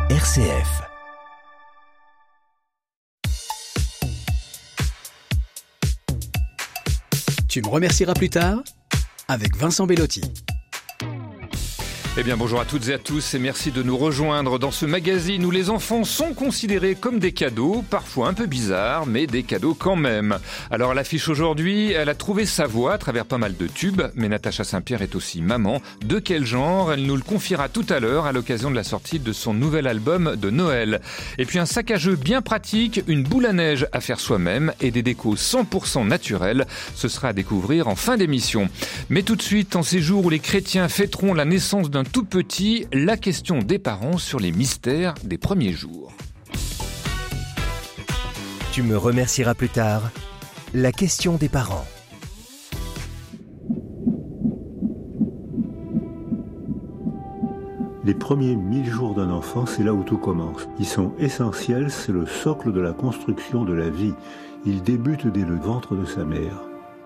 RCF. Tu me remercieras plus tard avec Vincent Bellotti. Eh bien bonjour à toutes et à tous et merci de nous rejoindre dans ce magazine où les enfants sont considérés comme des cadeaux, parfois un peu bizarres, mais des cadeaux quand même. Alors à l'affiche aujourd'hui, elle a trouvé sa voie à travers pas mal de tubes, mais Natacha Saint-Pierre est aussi maman. De quel genre? Elle nous le confiera tout à l'heure à l'occasion de la sortie de son nouvel album de Noël. Et puis un sac à jeu bien pratique, une boule à neige à faire soi-même et des décos 100% naturels. Ce sera à découvrir en fin d'émission. Mais tout de suite, en ces jours où les chrétiens fêteront la naissance d'un tout petit, la question des parents sur les mystères des premiers jours. Tu me remercieras plus tard. La question des parents. Les premiers 1000 jours d'un enfant, c'est là où tout commence. Ils sont essentiels, c'est le socle de la construction de la vie. Ils débutent dès le ventre de sa mère.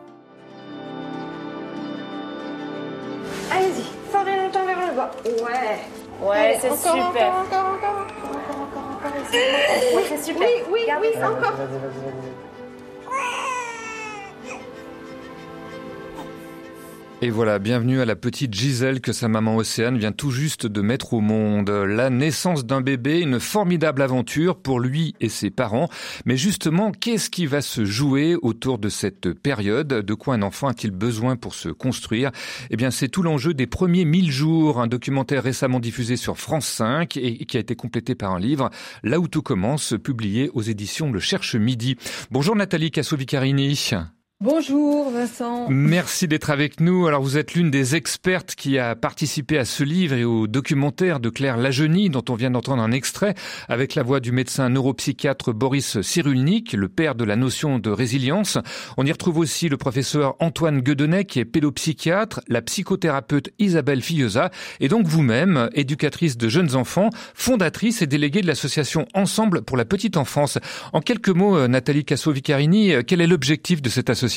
Allez-y, forez longtemps vers le bas. Ouais, allez, c'est encore, super. Encore. Oui, c'est super. Oui, encore. Et voilà, bienvenue à la petite Gisèle que sa maman Océane vient tout juste de mettre au monde. La naissance d'un bébé, une formidable aventure pour lui et ses parents. Mais justement, qu'est-ce qui va se jouer autour de cette période? De quoi un enfant a-t-il besoin pour se construire? Eh bien, c'est tout l'enjeu des premiers 1000 jours, un documentaire récemment diffusé sur France 5 et qui a été complété par un livre, Là où tout commence, publié aux éditions Le Cherche Midi. Bonjour Nathalie Casso-Vicarini. Bonjour Vincent. Merci d'être avec nous. Alors vous êtes l'une des expertes qui a participé à ce livre et au documentaire de Claire Lajeunie dont on vient d'entendre un extrait avec la voix du médecin neuropsychiatre Boris Cyrulnik, le père de la notion de résilience. On y retrouve aussi le professeur Antoine Guedenay qui est pédopsychiatre, la psychothérapeute Isabelle Filleuza et donc vous-même, éducatrice de jeunes enfants, fondatrice et déléguée de l'association Ensemble pour la petite enfance. En quelques mots, Nathalie Casso-Vicarini, quel est l'objectif de cette association ?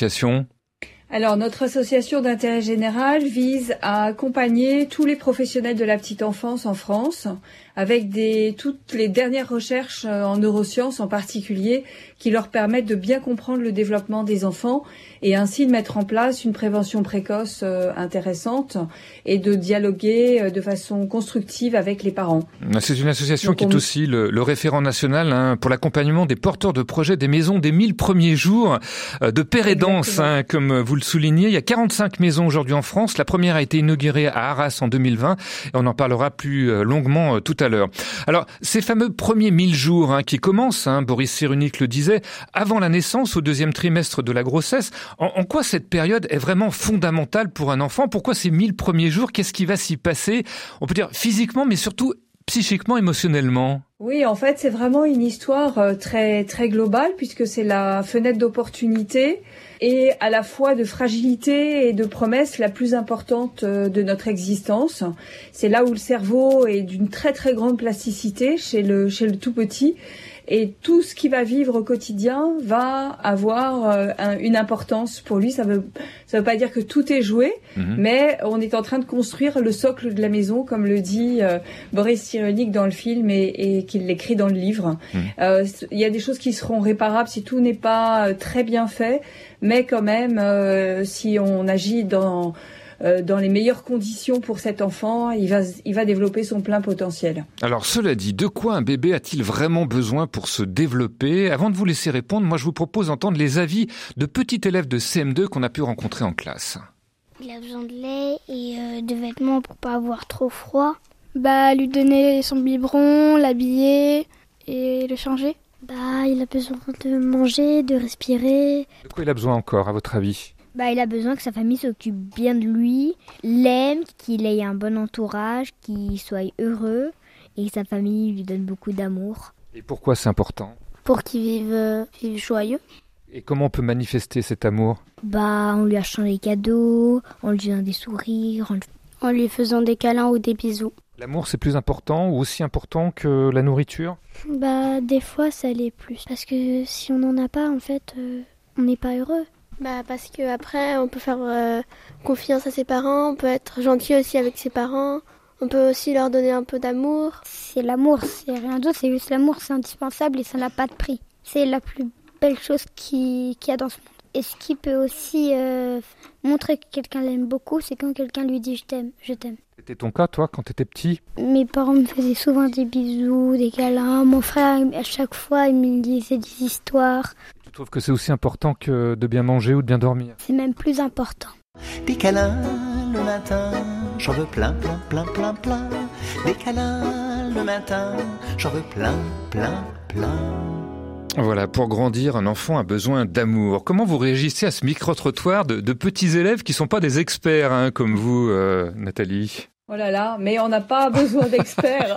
Alors, notre association d'intérêt général vise à accompagner tous les professionnels de la petite enfance en France avec toutes les dernières recherches en neurosciences en particulier qui leur permettent de bien comprendre le développement des enfants et ainsi de mettre en place une prévention précoce intéressante et de dialoguer de façon constructive avec les parents. C'est une association qui est aussi le référent national pour l'accompagnement des porteurs de projets des maisons des 1000 premiers jours de Père Aidance, comme vous le soulignez. Il y a 45 maisons aujourd'hui en France. La première a été inaugurée à Arras en 2020 et on en parlera plus longuement tout à l'heure. Alors, ces fameux premiers 1000 jours qui commencent, Boris Cyrulnik le disait, avant la naissance, au deuxième trimestre de la grossesse, en quoi cette période est vraiment fondamentale pour un enfant? Pourquoi ces 1000 premiers jours? Qu'est-ce qui va s'y passer? On peut dire physiquement, mais surtout psychiquement, émotionnellement. Oui, en fait, c'est vraiment une histoire très très globale puisque c'est la fenêtre d'opportunité et à la fois de fragilité et de promesse la plus importante de notre existence. C'est là où le cerveau est d'une très très grande plasticité chez le tout petit. Et tout ce qu'il va vivre au quotidien va avoir une importance pour lui. Ça veut pas dire que tout est joué, mais on est en train de construire le socle de la maison, comme le dit Boris Cyrulnik dans le film et qu'il l'écrit dans le livre. Il y a des choses qui seront réparables si tout n'est pas très bien fait, mais quand même, si on agit dans les meilleures conditions pour cet enfant, il va développer son plein potentiel. Alors cela dit, de quoi un bébé a-t-il vraiment besoin pour se développer? Avant de vous laisser répondre, moi je vous propose d'entendre les avis de petits élèves de CM2 qu'on a pu rencontrer en classe. Il a besoin de lait et de vêtements pour pas avoir trop froid. Lui donner son biberon, l'habiller et le changer. Il a besoin de manger, de respirer. De quoi il a besoin encore, à votre avis? Il a besoin que sa famille s'occupe bien de lui, l'aime, qu'il ait un bon entourage, qu'il soit heureux et que sa famille lui donne beaucoup d'amour. Et pourquoi c'est important? Pour qu'il vive joyeux. Et comment on peut manifester cet amour? En lui achetant des cadeaux, en lui donnant des sourires, en lui faisant des câlins ou des bisous. L'amour, c'est plus important ou aussi important que la nourriture? Des fois, ça l'est plus. Parce que si on n'en a pas, en fait, on n'est pas heureux. Parce qu'après, on peut faire confiance à ses parents, on peut être gentil aussi avec ses parents, On peut aussi leur donner un peu d'amour. C'est l'amour, c'est rien d'autre, c'est juste l'amour, c'est indispensable et ça n'a pas de prix. C'est la plus belle chose qu'il y a dans ce monde. Et ce qui peut aussi montrer que quelqu'un l'aime beaucoup, c'est quand quelqu'un lui dit « je t'aime, je t'aime ». C'était ton cas, toi, quand t'étais petit? Mes parents me faisaient souvent des bisous, des câlins. Mon frère, à chaque fois, il me disait des histoires. Tu trouves que c'est aussi important que de bien manger ou de bien dormir? C'est même plus important. Des câlins le matin, j'en veux plein, plein, plein, plein, plein. Des câlins le matin, j'en veux plein, plein, plein. Voilà, pour grandir, un enfant a besoin d'amour. Comment vous réagissez à ce micro-trottoir de petits élèves qui sont pas des experts, hein, comme vous, Nathalie? Oh là là, mais on n'a pas besoin d'experts.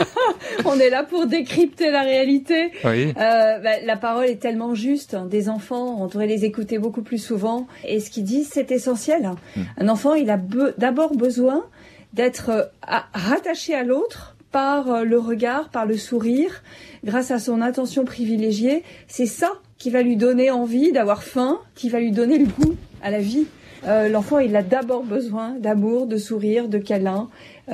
On est là pour décrypter la réalité. Oui. La parole est tellement juste. Des enfants, on devrait les écouter beaucoup plus souvent. Et ce qu'ils disent, c'est essentiel. Un enfant, il a d'abord besoin d'être rattaché à l'autre par le regard, par le sourire, grâce à son attention privilégiée. C'est ça qui va lui donner envie d'avoir faim, qui va lui donner le goût à la vie. L'enfant, il a d'abord besoin d'amour, de sourire, de câlins,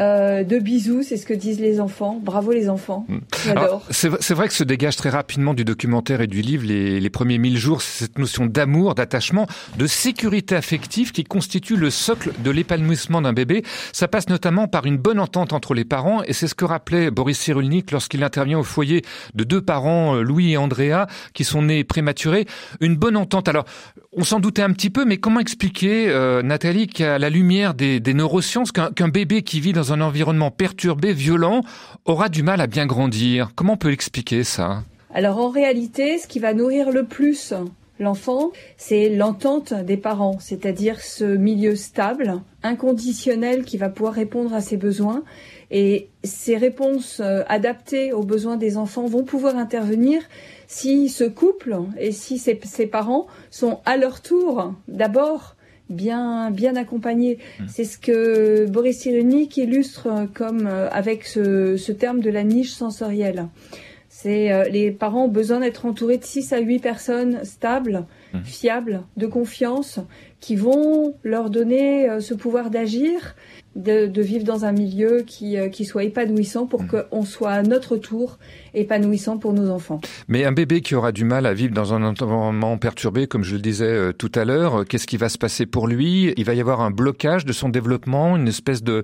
de bisous, c'est ce que disent les enfants. Bravo les enfants, j'adore. C'est vrai que se dégage très rapidement du documentaire et du livre les premiers 1000 jours, c'est cette notion d'amour, d'attachement, de sécurité affective qui constitue le socle de l'épanouissement d'un bébé. Ça passe notamment par une bonne entente entre les parents et c'est ce que rappelait Boris Cyrulnik lorsqu'il intervient au foyer de 2 parents, Louis et Andrea, qui sont nés prématurés. Une bonne entente. Alors, on s'en doutait un petit peu, mais comment expliquer, Nathalie, qu'à la lumière des neurosciences, qu'un bébé qui vit dans un environnement perturbé, violent, aura du mal à bien grandir? Comment on peut l'expliquer, ça? Alors, en réalité, ce qui va nourrir le plus l'enfant, c'est l'entente des parents, c'est-à-dire ce milieu stable, inconditionnel, qui va pouvoir répondre à ses besoins. Et ces réponses adaptées aux besoins des enfants vont pouvoir intervenir si ce couple et si ses parents sont à leur tour d'abord bien accompagnés. C'est ce que Boris Cyrulnik illustre comme avec ce terme de la niche sensorielle. C'est les parents ont besoin d'être entourés de 6 à 8 personnes stables, fiables, de confiance, qui vont leur donner ce pouvoir d'agir, de vivre dans un milieu qui soit épanouissant pour qu'on soit à notre tour épanouissant pour nos enfants. Mais un bébé qui aura du mal à vivre dans un environnement perturbé, comme je le disais tout à l'heure, qu'est-ce qui va se passer pour lui? Il va y avoir un blocage de son développement, une espèce de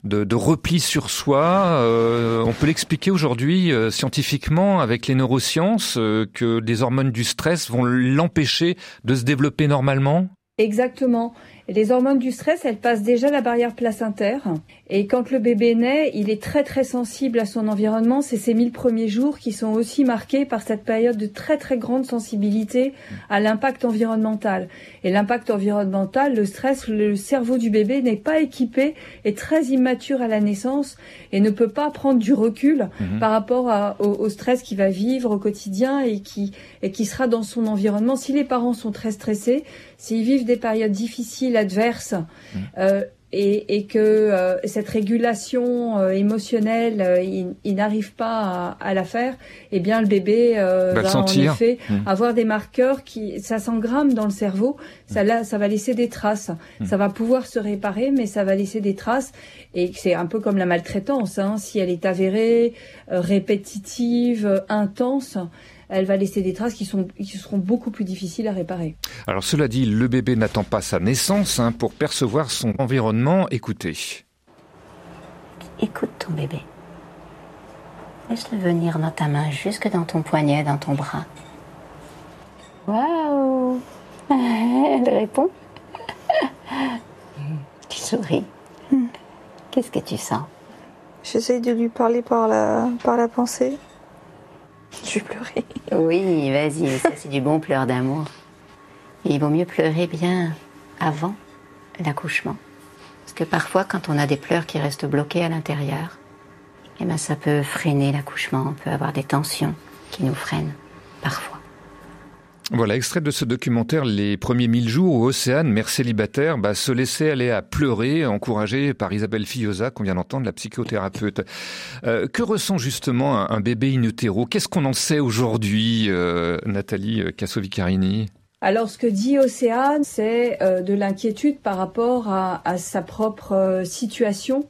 repli sur soi. On peut l'expliquer aujourd'hui scientifiquement avec les neurosciences que les hormones du stress vont l'empêcher de se développer normalement? Exactement. Les hormones du stress, elles passent déjà la barrière placentaire. Et quand le bébé naît, il est très très sensible à son environnement. C'est ces 1000 premiers jours qui sont aussi marqués par cette période de très très grande sensibilité à l'impact environnemental. Et l'impact environnemental, le stress, le cerveau du bébé n'est pas équipé, est très immature à la naissance et ne peut pas prendre du recul par rapport au stress qu'il va vivre au quotidien et qui sera dans son environnement. Si les parents sont très stressés, s'ils vivent des périodes difficiles, adverses, et que cette régulation émotionnelle, il n'arrive pas à la faire, eh bien le bébé va en effet avoir des marqueurs ça s'engramme dans le cerveau, ça va laisser des traces. Ça va pouvoir se réparer, mais ça va laisser des traces. Et c'est un peu comme la maltraitance, si elle est avérée, répétitive, intense, elle va laisser des traces qui seront beaucoup plus difficiles à réparer. Alors cela dit, le bébé n'attend pas sa naissance pour percevoir son environnement. Écoutez. Écoute ton bébé. Laisse-le venir dans ta main, jusque dans ton poignet, dans ton bras. Waouh! Elle répond. Tu souris. Qu'est-ce que tu sens? J'essaye de lui parler par la pensée. Je vais pleurer. Oui, vas-y, ça c'est du bon pleur d'amour. Et il vaut mieux pleurer bien avant l'accouchement. Parce que parfois, quand on a des pleurs qui restent bloqués à l'intérieur, eh ben, ça peut freiner l'accouchement. On peut avoir des tensions qui nous freinent, parfois. Voilà, extrait de ce documentaire, les premiers 1000 jours où Océane, mère célibataire, se laissait aller à pleurer, encouragée par Isabelle Fillosa, qu'on vient d'entendre, la psychothérapeute. Que ressent justement un bébé in utero? Qu'est-ce qu'on en sait aujourd'hui, Nathalie Casso-Vicarini? Alors, ce que dit Océane, c'est de l'inquiétude par rapport à sa propre situation.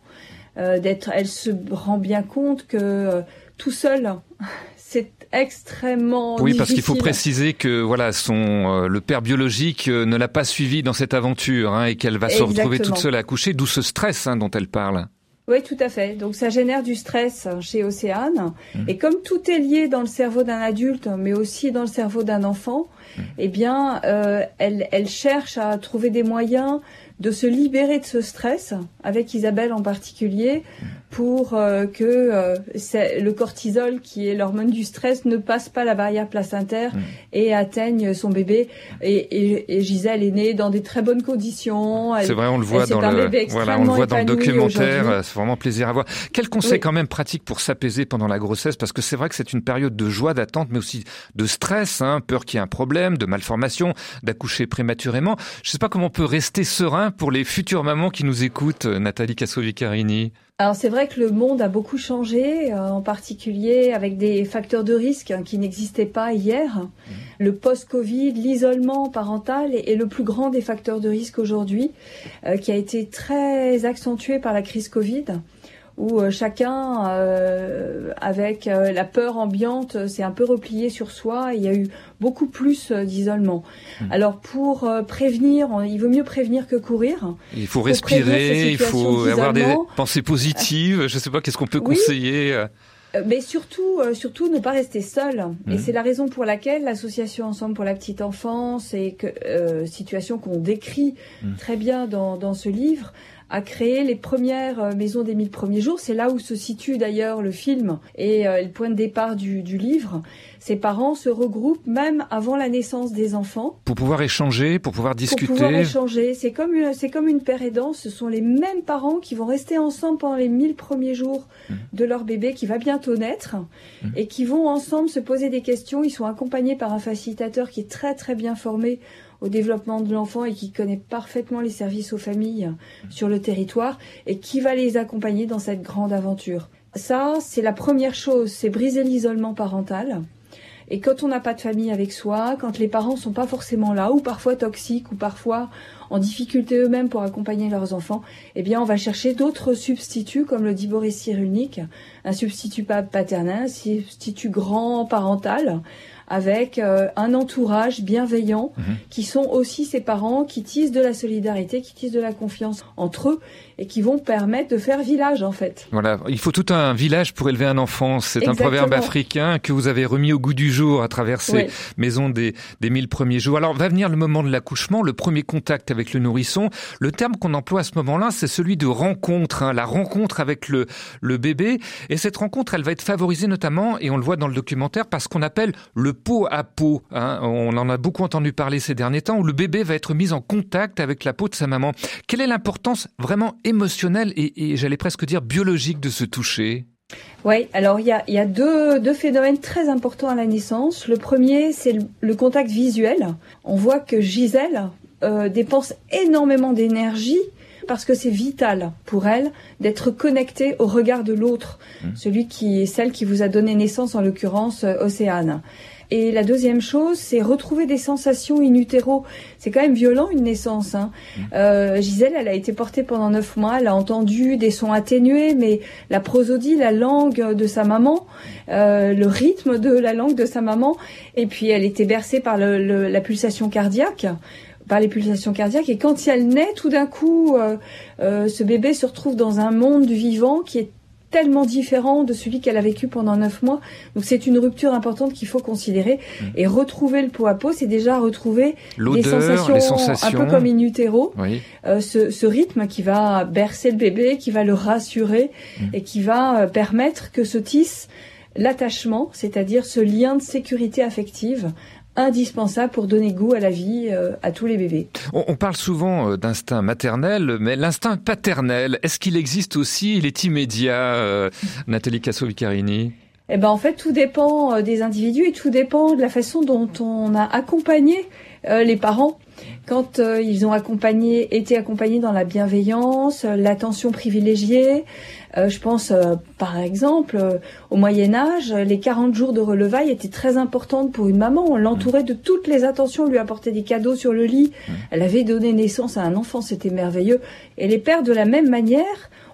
Elle se rend bien compte que tout seul, c'est extrêmement difficile. Oui, parce qu'il faut préciser que voilà, le père biologique ne l'a pas suivi dans cette aventure, hein, et qu'elle va se retrouver toute seule à accoucher, d'où ce stress, hein, dont elle parle. Oui, tout à fait. Donc ça génère du stress chez Océane. Et comme tout est lié dans le cerveau d'un adulte, mais aussi dans le cerveau d'un enfant, eh bien, elle cherche à trouver des moyens de se libérer de ce stress, avec Isabelle en particulier, pour que le cortisol, qui est l'hormone du stress, ne passe pas la barrière placentaire et atteigne son bébé. Et Gisèle est née dans des très bonnes conditions. C'est vrai, on le voit dans le documentaire. C'est vraiment plaisir à voir. Quel conseil quand même pratique pour s'apaiser pendant la grossesse? Parce que c'est vrai que c'est une période de joie, d'attente, mais aussi de stress, hein, peur qu'il y ait un problème, de malformation, d'accoucher prématurément. Je ne sais pas comment on peut rester serein pour les futures mamans qui nous écoutent, Nathalie Casso-Vicarini. Alors c'est vrai que le monde a beaucoup changé, en particulier avec des facteurs de risque qui n'existaient pas hier. Le post-Covid, l'isolement parental est le plus grand des facteurs de risque aujourd'hui, qui a été très accentué par la crise Covid, où chacun, avec la peur ambiante, s'est un peu replié sur soi. Il y a eu beaucoup plus d'isolement. Alors pour prévenir, il vaut mieux prévenir que courir. Il faut respirer, il faut avoir des pensées positives. Je ne sais pas, qu'est-ce qu'on peut conseiller mais surtout ne pas rester seul. Et c'est la raison pour laquelle l'association Ensemble pour la petite enfance, et situation qu'on décrit très bien dans ce livre, a créé les premières maisons des 1000 premiers jours. C'est là où se situe d'ailleurs le film et le point de départ du livre. Ces parents se regroupent même avant la naissance des enfants. Pour pouvoir échanger, pour pouvoir discuter. Pour pouvoir échanger. C'est comme une paire aidante. Ce sont les mêmes parents qui vont rester ensemble pendant les 1000 premiers jours de leur bébé qui va bientôt naître et qui vont ensemble se poser des questions. Ils sont accompagnés par un facilitateur qui est très très bien formé au développement de l'enfant et qui connaît parfaitement les services aux familles sur le territoire et qui va les accompagner dans cette grande aventure. Ça, c'est la première chose, c'est briser l'isolement parental. Et quand on n'a pas de famille avec soi, quand les parents sont pas forcément là, ou parfois toxiques, ou parfois en difficulté eux-mêmes pour accompagner leurs enfants, eh bien on va chercher d'autres substituts, comme le dit Boris Cyrulnik, un substitut paternel, un substitut grand parental, avec un entourage bienveillant, qui sont aussi ces parents qui tissent de la solidarité, qui tissent de la confiance entre eux, et qui vont permettre de faire village, en fait. Voilà, il faut tout un village pour élever un enfant. C'est un proverbe africain que vous avez remis au goût du jour à travers ces maisons des 1000 premiers jours. Alors, va venir le moment de l'accouchement, le premier contact avec le nourrisson. Le terme qu'on emploie à ce moment-là, c'est celui de rencontre, hein, la rencontre avec le bébé. Et cette rencontre, elle va être favorisée notamment, et on le voit dans le documentaire, par ce qu'on appelle le peau à peau. Hein. On en a beaucoup entendu parler ces derniers temps, où le bébé va être mis en contact avec la peau de sa maman. Quelle est l'importance vraiment émotionnelle et j'allais presque dire biologique de se toucher? Oui, alors il y a deux phénomènes très importants à la naissance. Le premier, c'est le contact visuel. On voit que Gisèle dépense énormément d'énergie parce que c'est vital pour elle d'être connectée au regard de l'autre, celle qui vous a donné naissance, en l'occurrence Océane. Et la deuxième chose, c'est retrouver des sensations in utero. C'est quand même violent, une naissance. Gisèle, elle a été portée pendant 9 mois. Elle a entendu des sons atténués, mais la prosodie, la langue de sa maman, le rythme de la langue de sa maman. Et puis, elle était bercée par la pulsation cardiaque. Par les pulsations cardiaques. Et quand elle naît, tout d'un coup, ce bébé se retrouve dans un monde du vivant qui est tellement différent de celui qu'elle a vécu pendant 9 mois. Donc c'est une rupture importante qu'il faut considérer. Et retrouver le peau à peau, c'est déjà retrouver l'odeur, les sensations, un peu comme in utero. Oui. Ce rythme qui va bercer le bébé, qui va le rassurer et qui va permettre que se tisse l'attachement, c'est-à-dire ce lien de sécurité affective indispensable pour donner goût à la vie à tous les bébés. On parle souvent d'instinct maternel, mais l'instinct paternel, est-ce qu'il existe aussi? Il est immédiat, Nathalie Casso-Vicarini? Eh ben, en fait, tout dépend des individus et tout dépend de la façon dont on a accompagné les parents. Quand ils ont été accompagnés dans la bienveillance, l'attention privilégiée. Je pense, par exemple, au Moyen-Âge, les 40 jours de relevailles étaient très importantes pour une maman. On l'entourait de toutes les attentions, on lui apportait des cadeaux sur le lit. Elle avait donné naissance à un enfant, c'était merveilleux. Et les pères, de la même manière,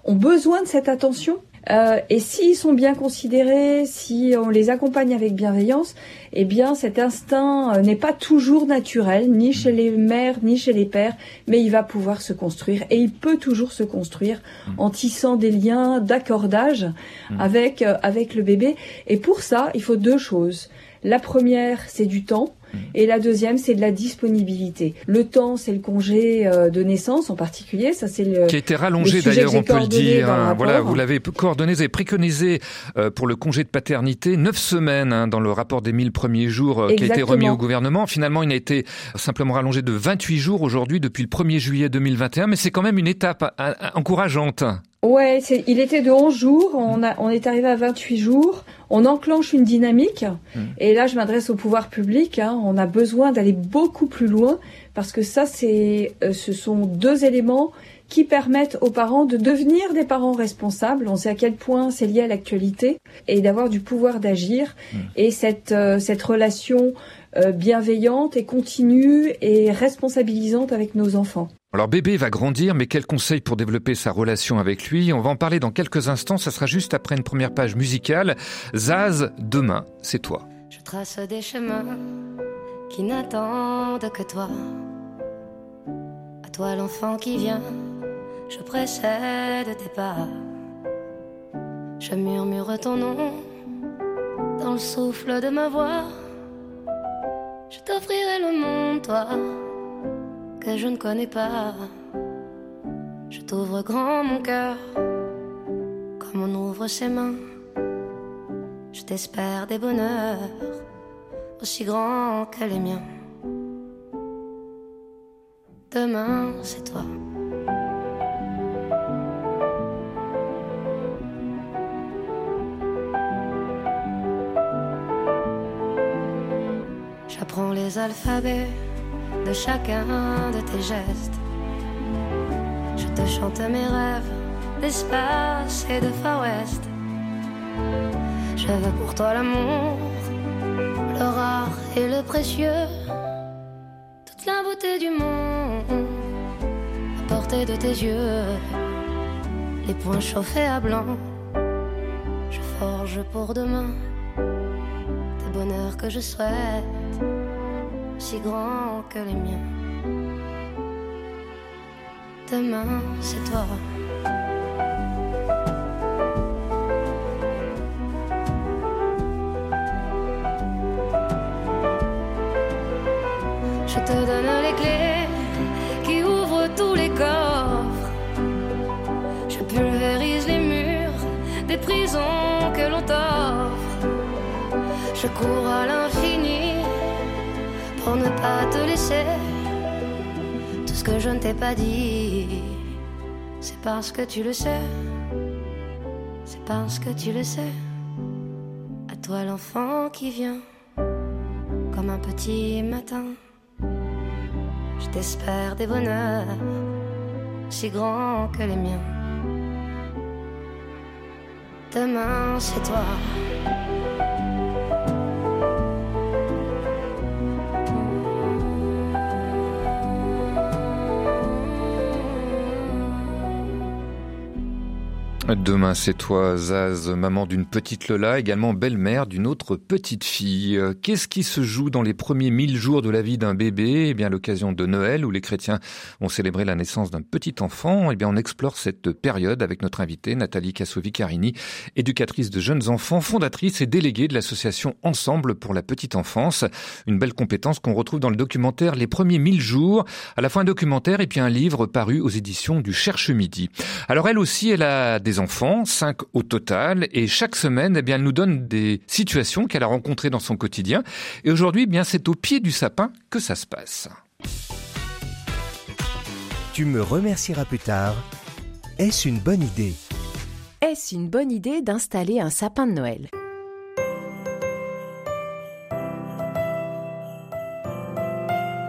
ont besoin de cette attention. Et s'ils sont bien considérés, si on les accompagne avec bienveillance, eh bien cet instinct n'est pas toujours naturel, ni chez les mères, ni chez les pères, mais il va pouvoir se construire. Et il peut toujours se construire en tissant des liens d'accordage avec le bébé. Et pour ça, il faut 2 choses. La première, c'est du temps. Et la deuxième, c'est de la disponibilité. Le temps, c'est le congé de naissance en particulier. Ça, c'est le qui a été rallongé d'ailleurs, on peut le dire. Voilà, vous l'avez coordonné, vous avez préconisé pour le congé de paternité 9 semaines dans le rapport des 1000 premiers jours qui a été remis au gouvernement. Finalement, il a été simplement rallongé de 28 jours aujourd'hui depuis le 1er juillet 2021, mais c'est quand même une étape encourageante. Ouais, il était de 11 jours, on est arrivé à 28 jours, on enclenche une dynamique, et là je m'adresse au pouvoir public, on a besoin d'aller beaucoup plus loin, parce que ça ce sont 2 éléments qui permettent aux parents de devenir des parents responsables. On sait à quel point c'est lié à l'actualité, et d'avoir du pouvoir d'agir, et cette relation bienveillante et continue et responsabilisante avec nos enfants. Alors bébé va grandir, mais quels conseils pour développer sa relation avec lui? On va en parler dans quelques instants, ça sera juste après une première page musicale. Zaz, demain, c'est toi. Je trace des chemins qui n'attendent que toi. À toi l'enfant qui vient, je précède tes pas. Je murmure ton nom dans le souffle de ma voix. Je t'offrirai le monde, toi, que je ne connais pas. Je t'ouvre grand mon cœur, comme on ouvre ses mains. Je t'espère des bonheurs aussi grands que les miens. Demain, c'est toi. J'apprends les alphabets de chacun de tes gestes. Je te chante mes rêves d'espace et de Far West. Je veux pour toi l'amour, le rare et le précieux, toute la beauté du monde à portée de tes yeux. Les poings chauffés à blanc, je forge pour demain des bonheurs que je souhaite, si grands que les miens. Demain, c'est toi. Je te donne les clés qui ouvrent tous les coffres. Je pulvérise les murs des prisons que l'on t'offre. Je cours à l'infini pour ne pas te laisser. Tout ce que je ne t'ai pas dit, c'est parce que tu le sais. C'est parce que tu le sais. À toi l'enfant qui vient comme un petit matin. Je t'espère des bonheurs si grands que les miens. Demain c'est toi. Demain, c'est toi, Zaz, maman d'une petite Lola, également belle-mère d'une autre petite fille. Qu'est-ce qui se joue dans les premiers 1000 jours de la vie d'un bébé? Eh bien, à l'occasion de Noël, où les chrétiens vont célébrer la naissance d'un petit enfant, eh bien, on explore cette période avec notre invitée, Nathalie Cassovi-Carini, éducatrice de jeunes enfants, fondatrice et déléguée de l'association Ensemble pour la petite enfance. Une belle compétence qu'on retrouve dans le documentaire Les premiers 1000 jours. À la fois un documentaire et puis un livre paru aux éditions du Cherche Midi. Alors, elle aussi, elle a des enfants, 5 au total, et chaque semaine, eh bien, elle nous donne des situations qu'elle a rencontrées dans son quotidien. Et aujourd'hui, eh bien, c'est au pied du sapin que ça se passe. Tu me remercieras plus tard. Est-ce une bonne idée? Est-ce une bonne idée d'installer un sapin de Noël?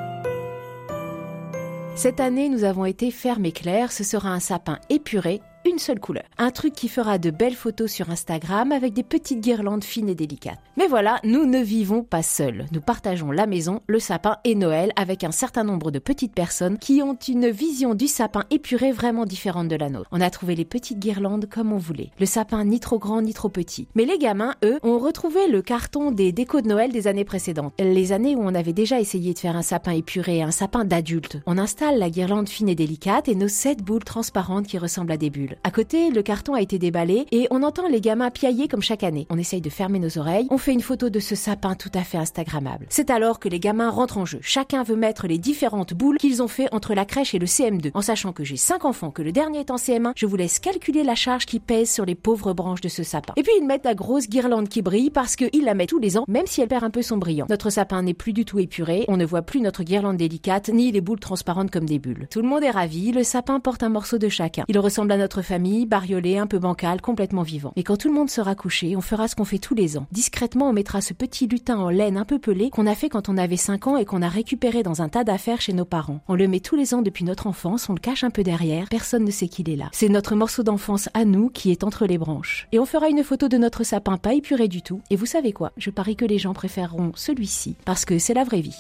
Cette année, nous avons été fermes et clairs, ce sera un sapin épuré, d'une seule couleur. Un truc qui fera de belles photos sur Instagram avec des petites guirlandes fines et délicates. Mais voilà, nous ne vivons pas seuls. Nous partageons la maison, le sapin et Noël avec un certain nombre de petites personnes qui ont une vision du sapin épuré vraiment différente de la nôtre. On a trouvé les petites guirlandes comme on voulait. Le sapin ni trop grand ni trop petit. Mais les gamins, eux, ont retrouvé le carton des décos de Noël des années précédentes. Les années où on avait déjà essayé de faire un sapin épuré, un sapin d'adulte. On installe la guirlande fine et délicate et nos 7 boules transparentes qui ressemblent à des bulles. À côté, le carton a été déballé et on entend les gamins piailler comme chaque année. On essaye de fermer nos oreilles. On fait une photo de ce sapin tout à fait instagrammable. C'est alors que les gamins rentrent en jeu. Chacun veut mettre les différentes boules qu'ils ont fait entre la crèche et le CM2. En sachant que j'ai 5 enfants, que le dernier est en CM1, je vous laisse calculer la charge qui pèse sur les pauvres branches de ce sapin. Et puis ils mettent la grosse guirlande qui brille parce qu'ils la mettent tous les ans, même si elle perd un peu son brillant. Notre sapin n'est plus du tout épuré, on ne voit plus notre guirlande délicate, ni les boules transparentes comme des bulles. Tout le monde est ravi, le sapin porte un morceau de chacun. Il ressemble à notre famille, bariolé, un peu bancal, complètement vivant. Et quand tout le monde sera couché, on fera ce qu'on fait tous les ans. Discrètement, on mettra ce petit lutin en laine un peu pelé qu'on a fait quand on avait 5 ans et qu'on a récupéré dans un tas d'affaires chez nos parents. On le met tous les ans depuis notre enfance, on le cache un peu derrière, personne ne sait qu'il est là. C'est notre morceau d'enfance à nous qui est entre les branches. Et on fera une photo de notre sapin pas épuré du tout. Et vous savez quoi ? Je parie que les gens préféreront celui-ci parce que c'est la vraie vie.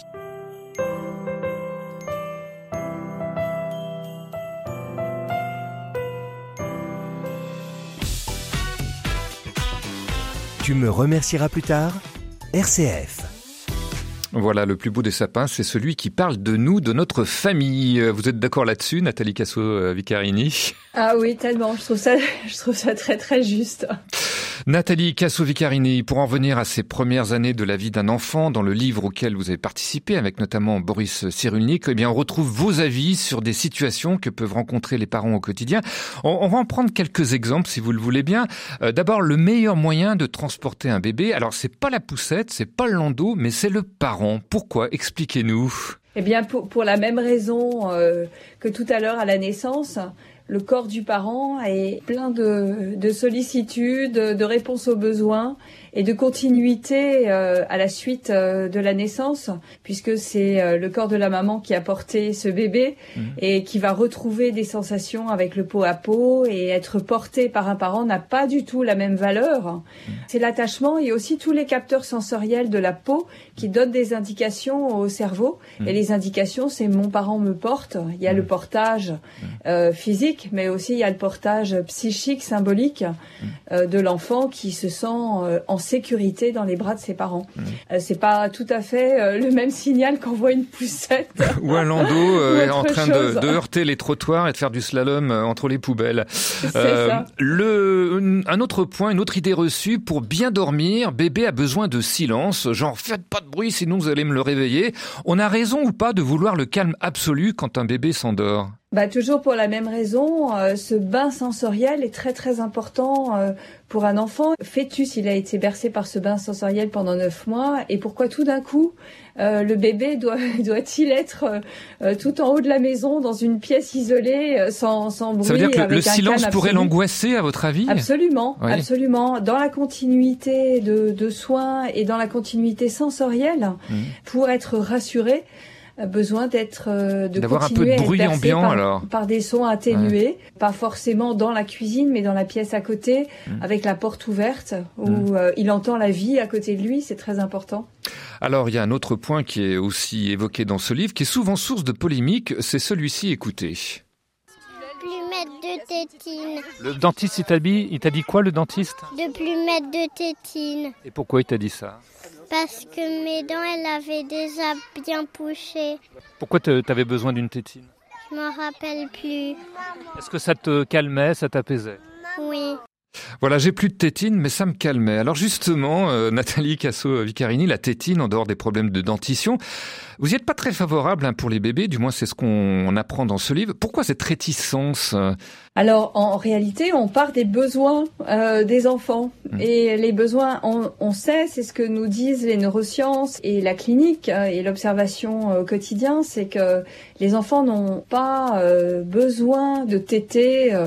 Tu me remercieras plus tard. RCF. Voilà, le plus beau des sapins, c'est celui qui parle de nous, de notre famille. Vous êtes d'accord là-dessus, Nathalie Casso-Vicarini ? Ah oui, tellement. Je trouve ça très très juste. Nathalie Casso-Vicarini, pour en venir à ces premières années de la vie d'un enfant, dans le livre auquel vous avez participé, avec notamment Boris Cyrulnik, eh bien, on retrouve vos avis sur des situations que peuvent rencontrer les parents au quotidien. On va en prendre quelques exemples, si vous le voulez bien. D'abord, le meilleur moyen de transporter un bébé, alors c'est pas la poussette, c'est pas le landau, mais c'est le parent. Pourquoi ? Expliquez-nous. Eh bien, pour la même raison que tout à l'heure à la naissance, le corps du parent est plein de sollicitude, de réponse aux besoins et de continuité à la suite de la naissance, puisque c'est le corps de la maman qui a porté ce bébé et qui va retrouver des sensations avec le pot à pot, et être porté par un parent n'a pas du tout la même valeur. C'est l'attachement et aussi tous les capteurs sensoriels de la peau qui donnent des indications au cerveau. Et les indications, c'est mon parent me porte. Il y a le portage physique, mais aussi il y a le portage psychique, symbolique de l'enfant qui se sent en sécurité dans les bras de ses parents. C'est pas tout à fait le même signal qu'envoie une poussette. Ou un landau en train de heurter les trottoirs et de faire du slalom entre les poubelles. Un autre point, une autre idée reçue, pour bien dormir, bébé a besoin de silence, genre faites pas de bruit sinon vous allez me le réveiller. On a raison ou pas de vouloir le calme absolu quand un bébé s'endort ? Toujours pour la même raison, ce bain sensoriel est très très important pour un enfant. Fœtus, il a été bercé par ce bain sensoriel pendant 9 mois. Et pourquoi tout d'un coup, le bébé doit-il être tout en haut de la maison, dans une pièce isolée, sans bruit? Ça veut dire que le silence pourrait l'angoisser, à votre avis? Absolument, oui. Absolument. Dans la continuité de soins et dans la continuité sensorielle, pour être rassuré, besoin d'avoir un peu de bruit ambiant par des sons atténués, pas forcément dans la cuisine mais dans la pièce à côté, avec la porte ouverte où il entend la vie à côté de lui, c'est très important. Alors il y a un autre point qui est aussi évoqué dans ce livre, qui est souvent source de polémique, c'est celui-ci, écoutez. Plus mettre de tétine. Le dentiste, il t'a dit quoi, le dentiste? De plus mettre de tétine. Et pourquoi il t'a dit ça? Parce que mes dents, elles avaient déjà bien poussé. Pourquoi t'avais besoin d'une tétine? Je m'en rappelle plus. Est-ce que ça te calmait, ça t'apaisait? Oui. Voilà, j'ai plus de tétine, mais ça me calmait. Alors justement, Nathalie Casso-Vicarini, la tétine, en dehors des problèmes de dentition, vous n'y êtes pas très favorable pour les bébés, du moins c'est ce qu'on apprend dans ce livre. Pourquoi cette réticence? Alors en réalité, on part des besoins des enfants. Et les besoins, on sait, c'est ce que nous disent les neurosciences et la clinique et l'observation au quotidien, c'est que les enfants n'ont pas besoin de téter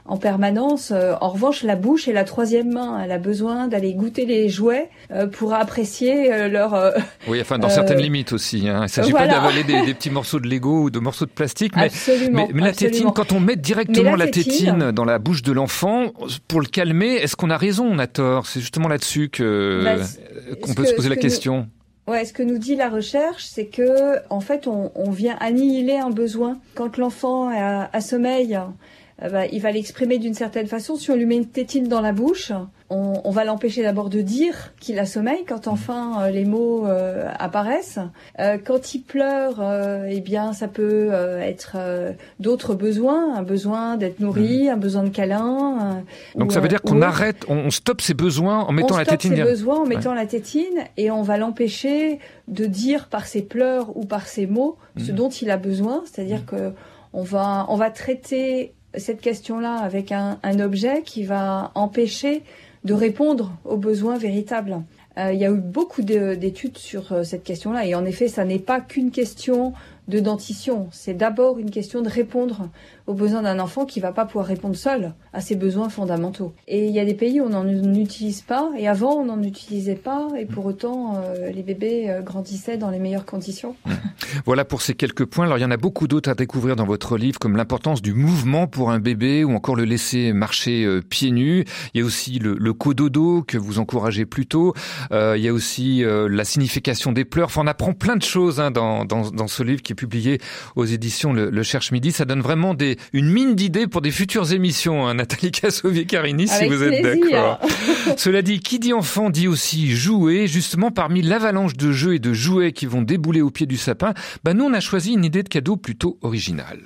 en permanence. En revanche, la bouche est la troisième main. Elle a besoin d'aller goûter les jouets pour apprécier leur... Oui, enfin, dans certaines limites aussi. Hein. Il ne s'agit pas d'avaler des petits morceaux de Lego ou de morceaux de plastique. Mais, mais la tétine, quand on met directement la tétine dans la bouche de l'enfant, pour le calmer, est-ce qu'on a raison ou on a tort? C'est justement là-dessus qu'on peut se poser la question. Ouais, ce que nous dit la recherche, c'est que en fait, on vient annihiler un besoin. Quand l'enfant a sommeil, il va l'exprimer d'une certaine façon. Si on lui met une tétine dans la bouche, on va l'empêcher d'abord de dire qu'il a sommeil quand enfin les mots apparaissent. Quand il pleure, eh bien ça peut être d'autres besoins, un besoin d'être nourri, un besoin de câlin. Donc ça veut dire qu'on arrête, on stoppe ses besoins en mettant la tétine. On stoppe ses besoins en mettant la tétine et on va l'empêcher de dire par ses pleurs ou par ses mots ce dont il a besoin. C'est-à-dire que on va traiter cette question-là avec un objet qui va empêcher de répondre aux besoins véritables. Il y a eu beaucoup d'études sur cette question-là et en effet, ça n'est pas qu'une question de dentition. C'est d'abord une question de répondre aux besoins d'un enfant qui ne va pas pouvoir répondre seul à ses besoins fondamentaux. Et il y a des pays où on n'en utilise pas, et avant on n'en utilisait pas, et pour autant les bébés grandissaient dans les meilleures conditions. Voilà pour ces quelques points. Alors il y en a beaucoup d'autres à découvrir dans votre livre, comme l'importance du mouvement pour un bébé, ou encore le laisser marcher pieds nus. Il y a aussi le cododo que vous encouragez plutôt. Il y a aussi la signification des pleurs. Enfin, on apprend plein de choses dans ce livre qui est publié aux éditions Le Cherche Midi. Ça donne vraiment une mine d'idées pour des futures émissions, hein, Nathalie Cassovier-Carini, si vous êtes d'accord. Cela dit, qui dit enfant dit aussi jouer. Justement, parmi l'avalanche de jeux et de jouets qui vont débouler au pied du sapin, nous, on a choisi une idée de cadeau plutôt originale.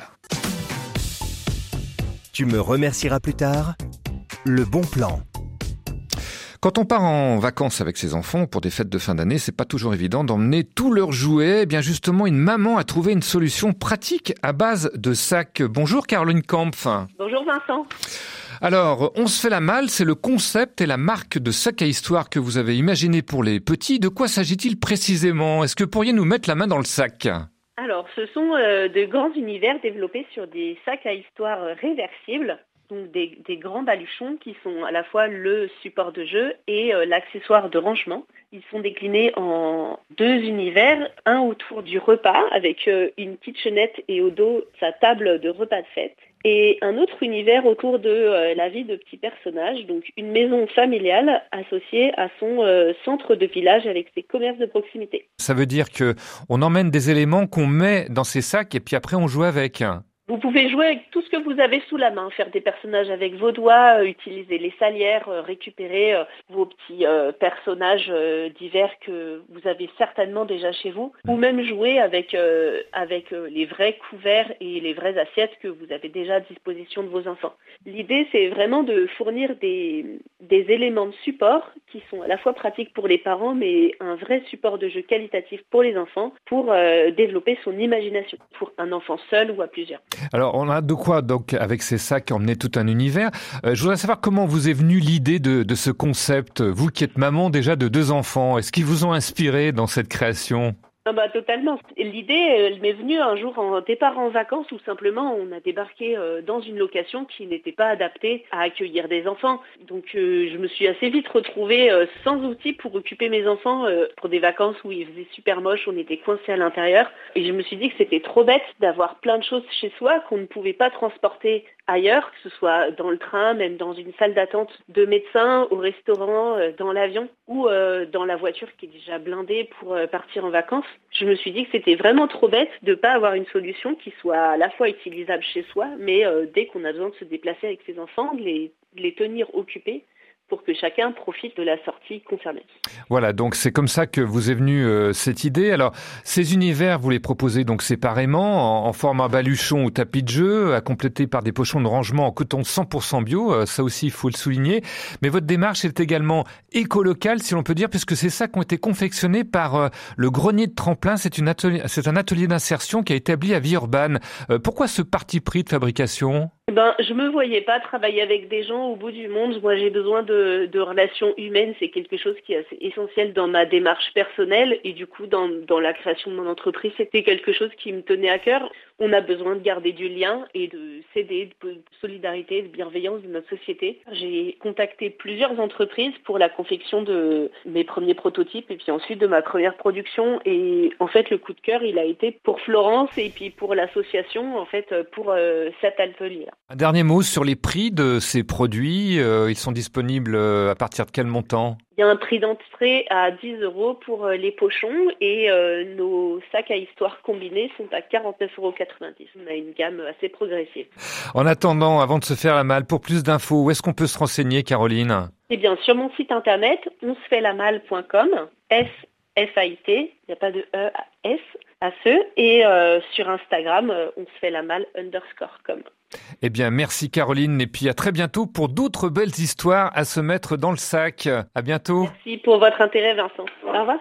Tu me remercieras plus tard. Le bon plan. Quand on part en vacances avec ses enfants pour des fêtes de fin d'année, c'est pas toujours évident d'emmener tous leurs jouets. Eh bien justement, une maman a trouvé une solution pratique à base de sacs. Bonjour Caroline Kampf. Bonjour Vincent. Alors, On se fait la malle, c'est le concept et la marque de sac à histoire que vous avez imaginé pour les petits. De quoi s'agit-il précisément? Est-ce que vous pourriez nous mettre la main dans le sac? Alors, ce sont de grands univers développés sur des sacs à histoire réversibles. Donc des grands baluchons qui sont à la fois le support de jeu et l'accessoire de rangement. Ils sont déclinés en deux univers, un autour du repas avec une kitchenette et au dos sa table de repas de fête, et un autre univers autour de la vie de petits personnages, donc une maison familiale associée à son centre de village avec ses commerces de proximité. Ça veut dire que on emmène des éléments qu'on met dans ces sacs et puis après on joue avec. Vous pouvez jouer avec tout ce que vous avez sous la main, faire des personnages avec vos doigts, utiliser les salières, récupérer vos petits personnages divers que vous avez certainement déjà chez vous, ou même jouer avec les vrais couverts et les vraies assiettes que vous avez déjà à disposition de vos enfants. L'idée, c'est vraiment de fournir des éléments de support qui sont à la fois pratiques pour les parents, mais un vrai support de jeu qualitatif pour les enfants pour développer son imagination, pour un enfant seul ou à plusieurs. Alors, on a de quoi, donc, avec ces sacs, emmener tout un univers. Je voudrais savoir comment vous est venue l'idée de ce concept, vous qui êtes maman déjà de 2 enfants. Est-ce qu'ils vous ont inspiré dans cette création ? Totalement. L'idée, elle m'est venue un jour en départ en vacances où simplement on a débarqué dans une location qui n'était pas adaptée à accueillir des enfants. Donc je me suis assez vite retrouvée sans outils pour occuper mes enfants pour des vacances où il faisait super moche, on était coincés à l'intérieur. Et je me suis dit que c'était trop bête d'avoir plein de choses chez soi qu'on ne pouvait pas transporter ailleurs, que ce soit dans le train, même dans une salle d'attente de médecin, au restaurant, dans l'avion ou dans la voiture qui est déjà blindée pour partir en vacances. Je me suis dit que c'était vraiment trop bête de ne pas avoir une solution qui soit à la fois utilisable chez soi, mais dès qu'on a besoin de se déplacer avec ses enfants, de les tenir occupés pour que chacun profite de la sortie concernée. Voilà, donc c'est comme ça que vous est venue cette idée. Alors, ces univers, vous les proposez donc séparément, en format baluchon ou tapis de jeu, à compléter par des pochons de rangement en coton 100% bio, ça aussi il faut le souligner. Mais votre démarche est également écolocale, si l'on peut dire, puisque c'est ça qui ont été confectionnés par le Grenier de Tremplin. C'est un atelier d'insertion qui a été établi à Villeurbanne. Pourquoi ce parti pris de fabrication ? Je me voyais pas travailler avec des gens au bout du monde. Moi, j'ai besoin de relations humaines. C'est quelque chose qui est assez essentiel dans ma démarche personnelle. Et du coup, dans la création de mon entreprise, c'était quelque chose qui me tenait à cœur. on a besoin de garder du lien et de s'aider, de solidarité, de bienveillance de notre société. J'ai contacté plusieurs entreprises pour la confection de mes premiers prototypes et puis ensuite de ma première production. Et en fait, le coup de cœur, il a été pour Florence et puis pour l'association, en fait, pour cet atelier. Un dernier mot sur les prix de ces produits. Ils sont disponibles à partir de quel montant ? Il y a un prix d'entrée à 10 € pour les pochons et nos sacs à histoire combinés sont à 49,90 €. On a une gamme assez progressive. En attendant, avant de se faire la malle, pour plus d'infos, où est-ce qu'on peut se renseigner, Caroline ? Eh bien, sur mon site internet, onsefaitlamalle.com, S-F-A-I-T, il n'y a pas de E à S, à ce, et sur Instagram, onsefaitlamalle_com. Eh bien, merci Caroline, et puis à très bientôt pour d'autres belles histoires à se mettre dans le sac. À bientôt. Merci pour votre intérêt, Vincent. Au revoir.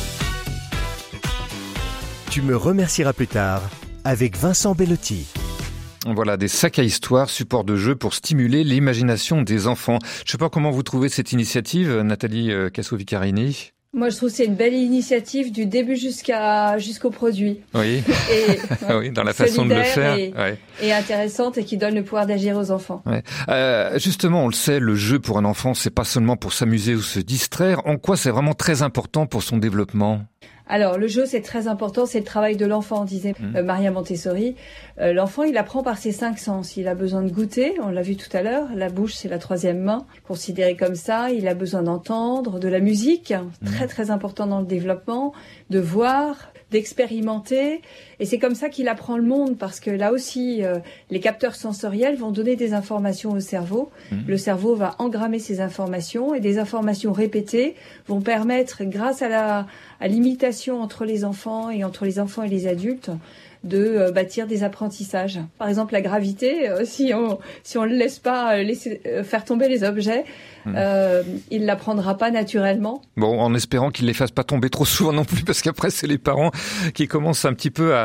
Tu me remercieras plus tard avec Vincent Bellotti. Voilà, des sacs à histoire, support de jeu pour stimuler l'imagination des enfants. Je ne sais pas comment vous trouvez cette initiative, Nathalie Casso-Vicarini. Moi, je trouve que c'est une belle initiative du début jusqu'au produit. Oui, oui, dans la façon de le faire. Et intéressante et qui donne le pouvoir d'agir aux enfants. Ouais. Justement, on le sait, le jeu pour un enfant, c'est pas seulement pour s'amuser ou se distraire. En quoi c'est vraiment très important pour son développement ? Alors, le jeu, c'est très important, c'est le travail de l'enfant, disait Maria Montessori. L'enfant, il apprend par ses 5 sens. Il a besoin de goûter, on l'a vu tout à l'heure. La bouche, c'est la 3e main, considérée comme ça. Il a besoin d'entendre, de la musique, très très important dans le développement, de voir, d'expérimenter. Et c'est comme ça qu'il apprend le monde, parce que là aussi, les capteurs sensoriels vont donner des informations au cerveau. Le cerveau va engrammer ces informations et des informations répétées vont permettre, grâce à l'imitation entre les enfants et les adultes, de bâtir des apprentissages. Par exemple, la gravité, si on le laisse pas faire tomber les objets, il l'apprendra pas naturellement. Bon, en espérant qu'il les fasse pas tomber trop souvent non plus, parce qu'après c'est les parents qui commencent un petit peu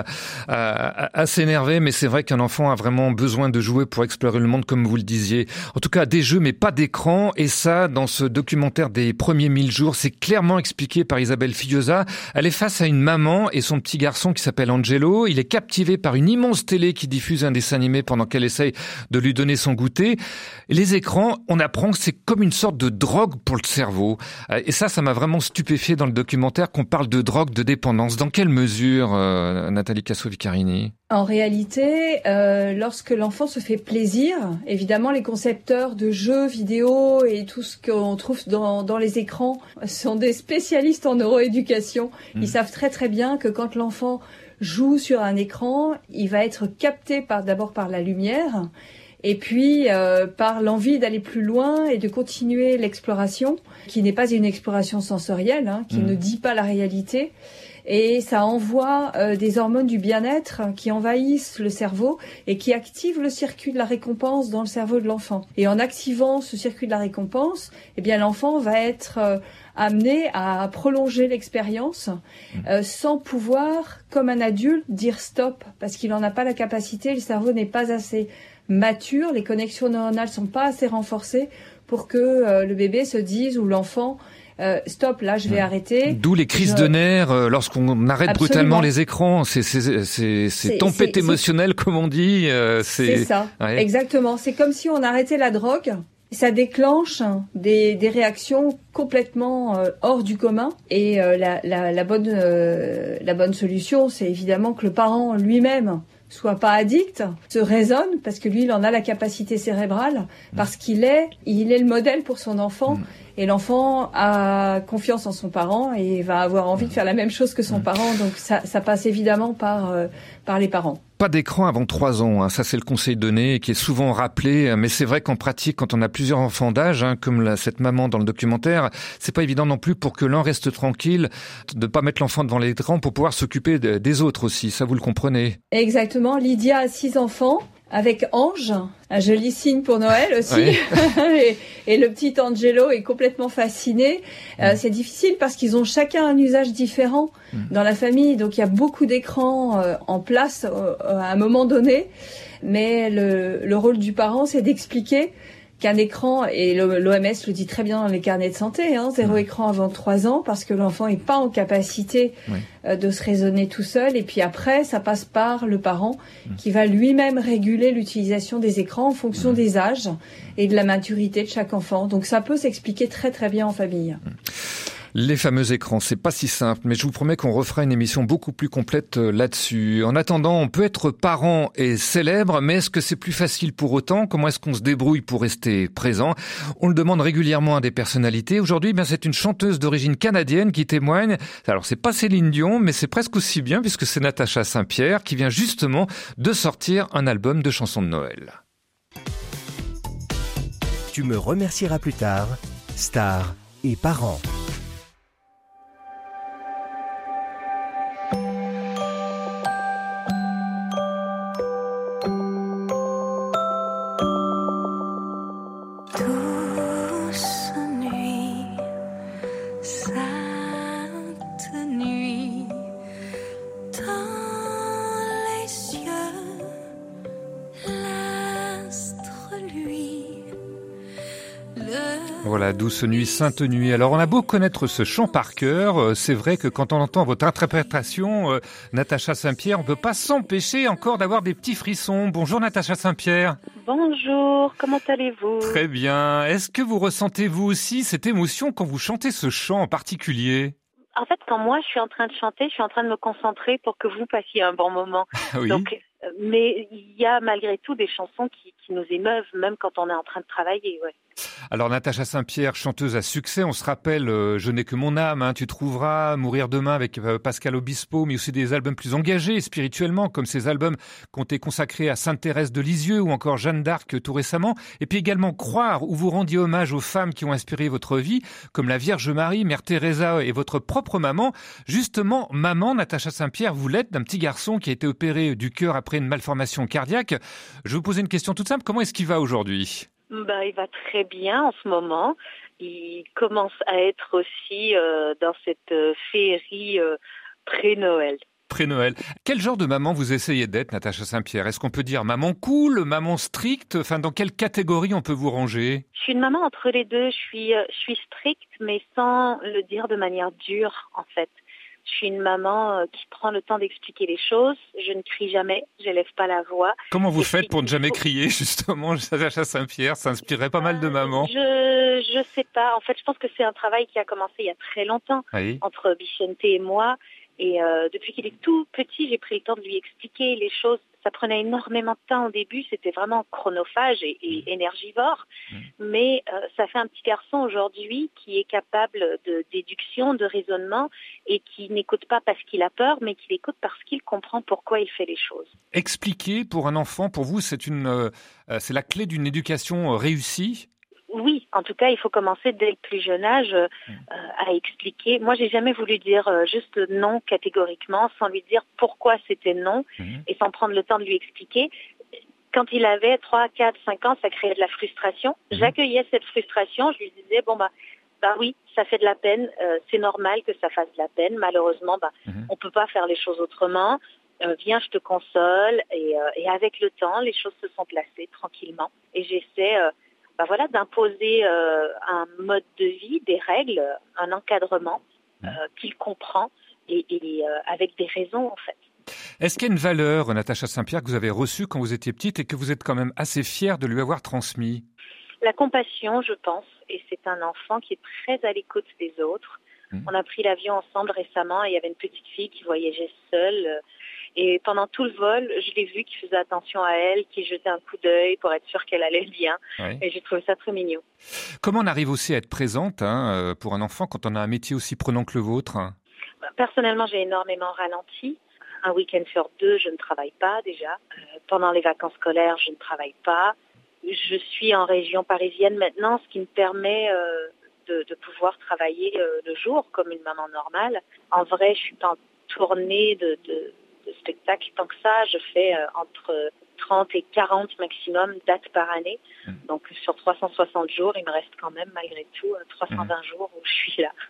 à s'énerver. Mais c'est vrai qu'un enfant a vraiment besoin de jouer pour explorer le monde, comme vous le disiez. En tout cas, des jeux, mais pas d'écran. Et ça, dans ce documentaire des premiers 1000 jours, c'est clairement expliqué par Isabelle Fillosa. Elle est face à une maman et son petit garçon qui s'appelle Angelo. Il est captivé par une immense télé qui diffuse un dessin animé pendant qu'elle essaye de lui donner son goûter. Et les écrans, on apprend que c'est comme une sorte de drogue pour le cerveau. Et ça m'a vraiment stupéfié dans le documentaire qu'on parle de drogue, de dépendance. Dans quelle mesure, Nathalie Casso-Vicarini ? En réalité, lorsque l'enfant se fait plaisir, évidemment, les concepteurs de jeux vidéo et tout ce qu'on trouve dans les écrans sont des spécialistes en neuroéducation. Ils savent très très bien que quand l'enfant joue sur un écran, il va être capté d'abord par la lumière et puis par l'envie d'aller plus loin et de continuer l'exploration, qui n'est pas une exploration sensorielle, qui ne dit pas la réalité. Et ça envoie des hormones du bien-être qui envahissent le cerveau et qui activent le circuit de la récompense dans le cerveau de l'enfant. Et en activant ce circuit de la récompense, eh bien l'enfant va être amené à prolonger l'expérience sans pouvoir, comme un adulte, dire stop, parce qu'il n'en a pas la capacité, le cerveau n'est pas assez mature, les connexions neuronales sont pas assez renforcées pour que le bébé se dise, ou l'enfant, stop, là je vais arrêter. D'où les crises de nerfs lorsqu'on arrête brutalement les écrans. C'est tempête émotionnelle, comme on dit. C'est ça, exactement. C'est comme si on arrêtait la drogue. Ça déclenche des réactions complètement hors du commun. Et la bonne solution, c'est évidemment que le parent lui-même soit pas addict, se raisonne, parce que lui, il en a la capacité cérébrale, parce il est le modèle pour son enfant. Et l'enfant a confiance en son parent et va avoir envie de faire la même chose que son parent. Donc ça passe évidemment par les parents. Pas d'écran avant 3 ans, ça c'est le conseil donné et qui est souvent rappelé, mais c'est vrai qu'en pratique, quand on a plusieurs enfants d'âge, comme cette maman dans le documentaire, c'est pas évident non plus pour que l'un reste tranquille, de pas mettre l'enfant devant l'écran pour pouvoir s'occuper des autres aussi, ça vous le comprenez ? Exactement, Lydia a 6 enfants. Avec Ange, un joli signe pour Noël aussi. Oui. et le petit Angelo est complètement fasciné. C'est difficile parce qu'ils ont chacun un usage différent dans la famille. Donc il y a beaucoup d'écrans en place à un moment donné. Mais le rôle du parent, c'est d'expliquer qu'un écran, et l'OMS le dit très bien dans les carnets de santé, 0 écran avant 3 ans, parce que l'enfant n'est pas en capacité de se raisonner tout seul. Et puis après, ça passe par le parent qui va lui-même réguler l'utilisation des écrans en fonction des âges et de la maturité de chaque enfant. Donc ça peut s'expliquer très très bien en famille. Les fameux écrans, c'est pas si simple, mais je vous promets qu'on refera une émission beaucoup plus complète là-dessus. En attendant, on peut être parent et célèbre, mais est-ce que c'est plus facile pour autant? Comment est-ce qu'on se débrouille pour rester présent? On le demande régulièrement à des personnalités. Aujourd'hui, c'est une chanteuse d'origine canadienne qui témoigne. Alors, c'est pas Céline Dion, mais c'est presque aussi bien puisque c'est Natacha Saint-Pierre qui vient justement de sortir un album de chansons de Noël. Tu me remercieras plus tard, Star et parents. Voilà, Douce nuit, sainte nuit. Alors, on a beau connaître ce chant par cœur, c'est vrai que quand on entend votre interprétation, Natacha Saint-Pierre, on peut pas s'empêcher encore d'avoir des petits frissons. Bonjour Natacha Saint-Pierre. Bonjour, comment allez-vous? Très bien. Est-ce que vous ressentez vous aussi cette émotion quand vous chantez ce chant en particulier? En fait, quand moi je suis en train de chanter, je suis en train de me concentrer pour que vous passiez un bon moment. Oui. Donc, mais il y a malgré tout des chansons qui nous émeuvent, même quand on est en train de travailler. Ouais. Alors Natacha Saint-Pierre, chanteuse à succès, on se rappelle Je n'ai que mon âme, tu trouveras, Mourir demain avec Pascal Obispo, mais aussi des albums plus engagés spirituellement, comme ces albums qui ont été consacrés à Sainte Thérèse de Lisieux ou encore Jeanne d'Arc tout récemment, et puis également Croire, où vous rendiez hommage aux femmes qui ont inspiré votre vie, comme la Vierge Marie, Mère Teresa et votre propre maman. Justement, maman, Natacha Saint-Pierre, vous l'êtes d'un petit garçon qui a été opéré du cœur après une malformation cardiaque. Je vais vous poser une question toute simple, comment est-ce qu'il va aujourd'hui ? Il va très bien en ce moment. Il commence à être aussi dans cette féerie pré-Noël. Pré-Noël. Quel genre de maman vous essayez d'être, Natacha Saint-Pierre? Est-ce qu'on peut dire maman cool, maman stricte? Enfin, dans quelle catégorie on peut vous ranger? Je suis une maman entre les deux. Je suis stricte, mais sans le dire de manière dure, en fait. Je suis une maman qui prend le temps d'expliquer les choses. Je ne crie jamais, je n'élève pas la voix. Comment vous faites pour ne jamais crier, justement, Natacha Saint-Pierre? Ça inspirerait pas mal de mamans. Je sais pas. En fait, je pense que c'est un travail qui a commencé il y a très longtemps entre Bichente et moi. Et depuis qu'il est tout petit, j'ai pris le temps de lui expliquer les choses. Ça prenait énormément de temps au début, c'était vraiment chronophage et énergivore. Mais ça fait un petit garçon aujourd'hui qui est capable de déduction, de raisonnement et qui n'écoute pas parce qu'il a peur, mais qui écoute parce qu'il comprend pourquoi il fait les choses. Expliquer pour un enfant, pour vous, c'est la clé d'une éducation réussie? Oui, en tout cas, il faut commencer dès le plus jeune âge à expliquer. Moi, j'ai jamais voulu dire juste non catégoriquement, sans lui dire pourquoi c'était non et sans prendre le temps de lui expliquer. Quand il avait 3, 4, 5 ans, ça créait de la frustration. J'accueillais cette frustration, je lui disais, oui, ça fait de la peine, c'est normal que ça fasse de la peine. Malheureusement, on peut pas faire les choses autrement. Viens, je te console. Et avec le temps, les choses se sont placées tranquillement. Et j'essaie... d'imposer un mode de vie, des règles, un encadrement qu'il comprend et avec des raisons en fait. Est-ce qu'il y a une valeur, Natacha Saint-Pierre, que vous avez reçue quand vous étiez petite et que vous êtes quand même assez fière de lui avoir transmis? La compassion, je pense, et c'est un enfant qui est très à l'écoute des autres. On a pris l'avion ensemble récemment et il y avait une petite fille qui voyageait seule. Et pendant tout le vol, je l'ai vu qui faisait attention à elle, qui jetait un coup d'œil pour être sûr qu'elle allait bien. Oui. Et j'ai trouvé ça très mignon. Comment on arrive aussi à être présente pour un enfant quand on a un métier aussi prenant que le vôtre? Personnellement, j'ai énormément ralenti. Un week-end sur 2, je ne travaille pas déjà. Pendant les vacances scolaires, je ne travaille pas. Je suis en région parisienne maintenant, ce qui me permet de pouvoir travailler le jour comme une maman normale. En vrai, je suis pas en tournée de spectacle tant que ça. Je fais entre 30 et 40 maximum dates par année. Donc sur 360 jours, il me reste quand même malgré tout 320 jours où je suis là.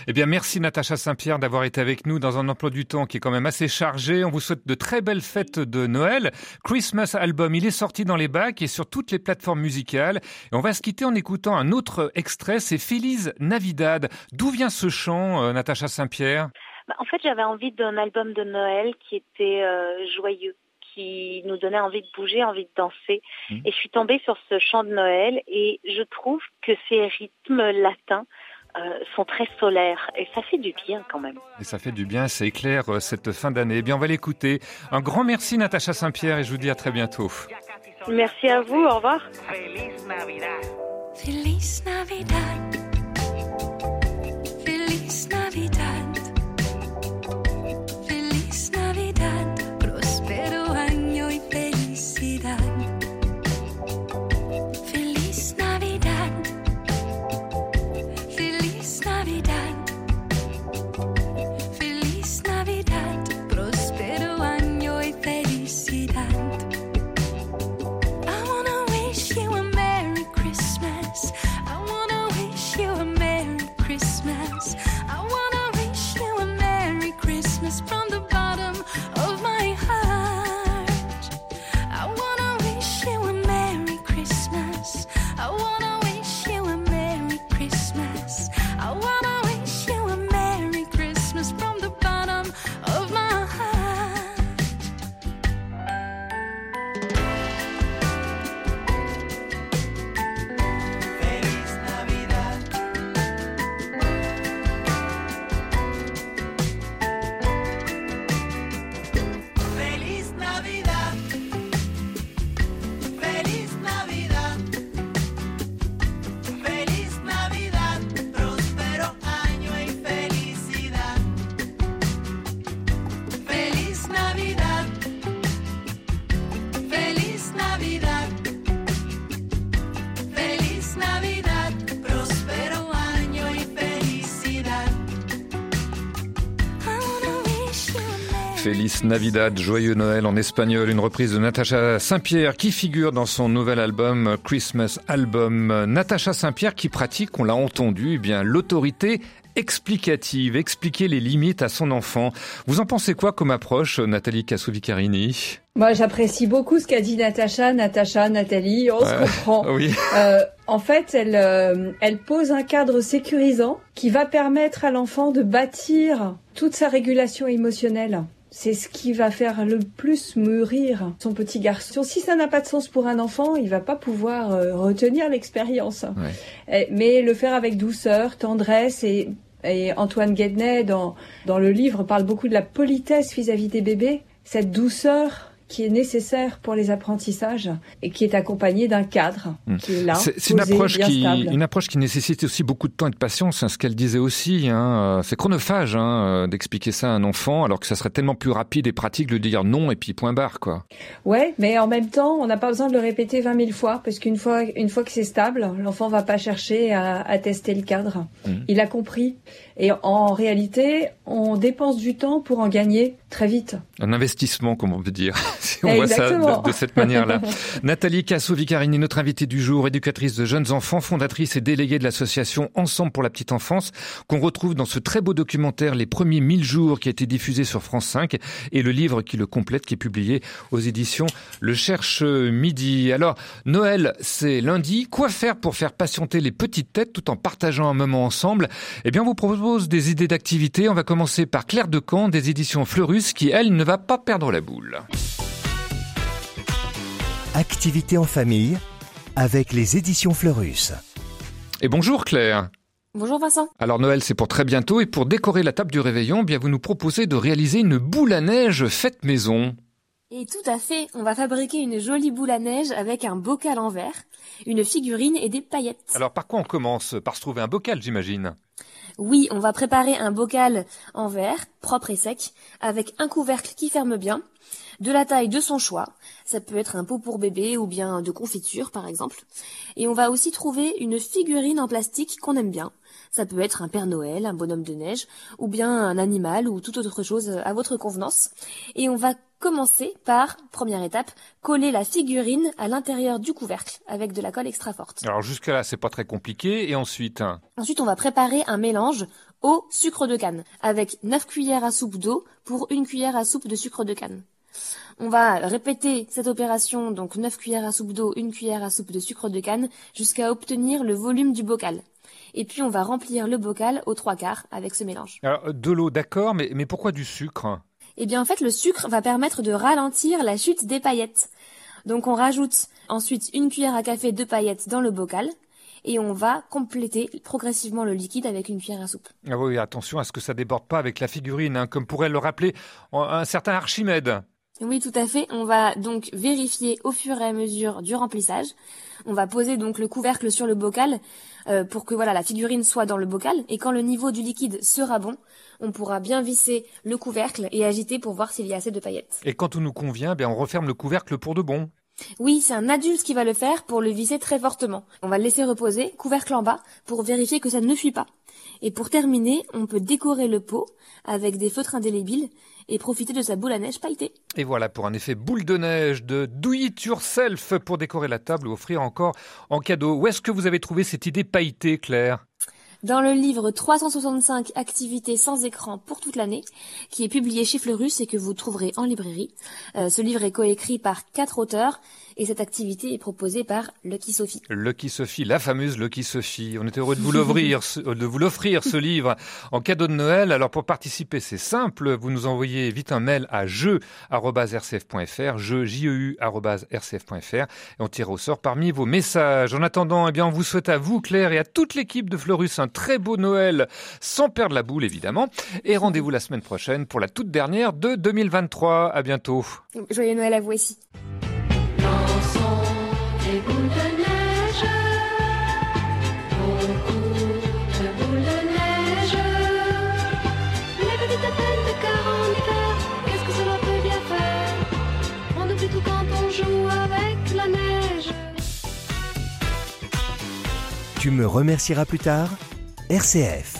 Eh bien, merci Natacha Saint-Pierre d'avoir été avec nous dans un emploi du temps qui est quand même assez chargé. On vous souhaite de très belles fêtes de Noël. Christmas Album, il est sorti dans les bacs et sur toutes les plateformes musicales. Et on va se quitter en écoutant un autre extrait, c'est Feliz Navidad. D'où vient ce chant, Natacha Saint-Pierre ? En fait, j'avais envie d'un album de Noël qui était joyeux, qui nous donnait envie de bouger, envie de danser. Et je suis tombée sur ce chant de Noël et je trouve que ces rythmes latins sont très solaires et ça fait du bien quand même. Et ça fait du bien, c'est clair, cette fin d'année. Eh bien, on va l'écouter. Un grand merci Natacha Saint-Pierre et je vous dis à très bientôt. Merci à vous, au revoir. Feliz Navidad. Feliz Navidad. Feliz Navidad. Feliz Navidad. Prospero año y felicidad. Feliz Navidad. Feliz Navidad. Feliz Navidad. Prospero año y felicidad. I wanna wish you a Merry Christmas. I wanna wish you a Merry Christmas. I wanna wish you a Merry Christmas from the bottom of my heart. I wanna wish you a Merry Christmas. I wanna wish you a Merry Christmas. I wanna wish you a Merry Christmas from the bottom of my heart. Feliz Navidad. Feliz Navidad. Feliz Navidad. Feliz Navidad. Próspero año y felicidad. Feliz Navidad. Feliz Navidad. Feliz Navidad. Próspero año y felicidad. I wanna wish you a Merry Feliz Navidad, joyeux Noël en espagnol, une reprise de Natacha Saint-Pierre qui figure dans son nouvel album Christmas Album. Natacha Saint-Pierre qui pratique, on l'a entendu, eh bien l'autorité explicative, expliquer les limites à son enfant. Vous en pensez quoi comme approche, Nathalie Cassou-Vicarini ? Moi, j'apprécie beaucoup ce qu'a dit Natacha, Nathalie, on se comprend. Oui. En fait, elle pose un cadre sécurisant qui va permettre à l'enfant de bâtir toute sa régulation émotionnelle. C'est ce qui va faire le plus mûrir son petit garçon. Si ça n'a pas de sens pour un enfant, il va pas pouvoir retenir l'expérience. Mais le faire avec douceur, tendresse et Antoine Guednet, dans le livre, parle beaucoup de la politesse vis-à-vis des bébés. Cette douceur qui est nécessaire pour les apprentissages et qui est accompagnée d'un cadre qui est là, c'est une posé, approche bien stable. une approche qui nécessite aussi beaucoup de temps et de patience, ce qu'elle disait aussi. C'est chronophage d'expliquer ça à un enfant, alors que ça serait tellement plus rapide et pratique de lui dire non et puis point barre, quoi. Ouais, mais en même temps, on n'a pas besoin de le répéter 20 000 fois, parce qu'une fois que c'est stable, l'enfant va pas chercher à tester le cadre. Il a compris. Et en réalité, on dépense du temps pour en gagner très vite. Un investissement, comme on peut dire, si on voit ça de cette manière-là. Nathalie Cassou-Vicarini, notre invitée du jour, éducatrice de jeunes enfants, fondatrice et déléguée de l'association Ensemble pour la petite enfance, qu'on retrouve dans ce très beau documentaire Les premiers 1000 jours qui a été diffusé sur France 5 et le livre qui le complète, qui est publié aux éditions Le Cherche Midi. Alors, Noël, c'est lundi. Quoi faire pour faire patienter les petites têtes tout en partageant un moment ensemble ? Eh bien, on vous propose des idées d'activités. On va commencer par Claire Decamp des éditions Fleurus qui, elle, ne va pas perdre la boule. Activités en famille avec les éditions Fleurus. Et bonjour Claire. Bonjour Vincent. Alors Noël, c'est pour très bientôt et pour décorer la table du réveillon, bien vous nous proposez de réaliser une boule à neige faite maison. Et tout à fait, on va fabriquer une jolie boule à neige avec un bocal en verre, une figurine et des paillettes. Alors par quoi on commence ? Par se trouver un bocal, j'imagine. Oui, on va préparer un bocal en verre, propre et sec, avec un couvercle qui ferme bien, de la taille de son choix. Ça peut être un pot pour bébé ou bien de confiture par exemple. Et on va aussi trouver une figurine en plastique qu'on aime bien. Ça peut être un Père Noël, un bonhomme de neige ou bien un animal ou toute autre chose à votre convenance. Et on va commencer par, première étape, coller la figurine à l'intérieur du couvercle avec de la colle extra forte. Alors jusqu'à là, c'est pas très compliqué. Et ensuite Ensuite, on va préparer un mélange au sucre de canne avec 9 cuillères à soupe d'eau pour 1 cuillère à soupe de sucre de canne. On va répéter cette opération, donc 9 cuillères à soupe d'eau, 1 cuillère à soupe de sucre de canne, jusqu'à obtenir le volume du bocal. Et puis on va remplir le bocal aux 3/4 avec ce mélange. Alors, de l'eau, d'accord, mais pourquoi du sucre ? Eh bien en fait, le sucre va permettre de ralentir la chute des paillettes. Donc on rajoute ensuite 1 cuillère à café de paillettes dans le bocal. Et on va compléter progressivement le liquide avec 1 cuillère à soupe. Ah oui, attention à ce que ça déborde pas avec la figurine, comme pourrait le rappeler un certain Archimède. Oui, tout à fait. On va donc vérifier au fur et à mesure du remplissage. On va poser donc le couvercle sur le bocal pour que la figurine soit dans le bocal. Et quand le niveau du liquide sera bon, on pourra bien visser le couvercle et agiter pour voir s'il y a assez de paillettes. Et quand tout nous convient, on referme le couvercle pour de bon. Oui, c'est un adulte qui va le faire pour le visser très fortement. On va le laisser reposer, couvercle en bas, pour vérifier que ça ne fuit pas. Et pour terminer, on peut décorer le pot avec des feutres indélébiles et profiter de sa boule à neige pailletée. Et voilà pour un effet boule de neige de Do It Yourself pour décorer la table ou offrir encore en cadeau. Où est-ce que vous avez trouvé cette idée pailletée, Claire ? Dans le livre 365 activités sans écran pour toute l'année, qui est publié chez Fleurus et que vous trouverez en librairie. Ce livre est coécrit par 4 auteurs et cette activité est proposée par Lucky Sophie. Lucky Sophie, la fameuse Lucky Sophie. On est heureux de vous l'offrir, ce livre en cadeau de Noël. Alors pour participer, c'est simple. Vous nous envoyez vite un mail à jeu@rcf.fr, jeu@rcf.fr et on tire au sort parmi vos messages. En attendant, on vous souhaite à vous, Claire, et à toute l'équipe de Fleurus un très beau Noël, sans perdre la boule évidemment. Et rendez-vous la semaine prochaine pour la toute dernière de 2023. À bientôt. Joyeux Noël à vous aussi. Des boules de neige, beaucoup de boules de neige. Les petites têtes de 40 heures, qu'est-ce que cela peut bien faire? On oublie tout quand on joue avec la neige. Tu me remercieras plus tard. RCF.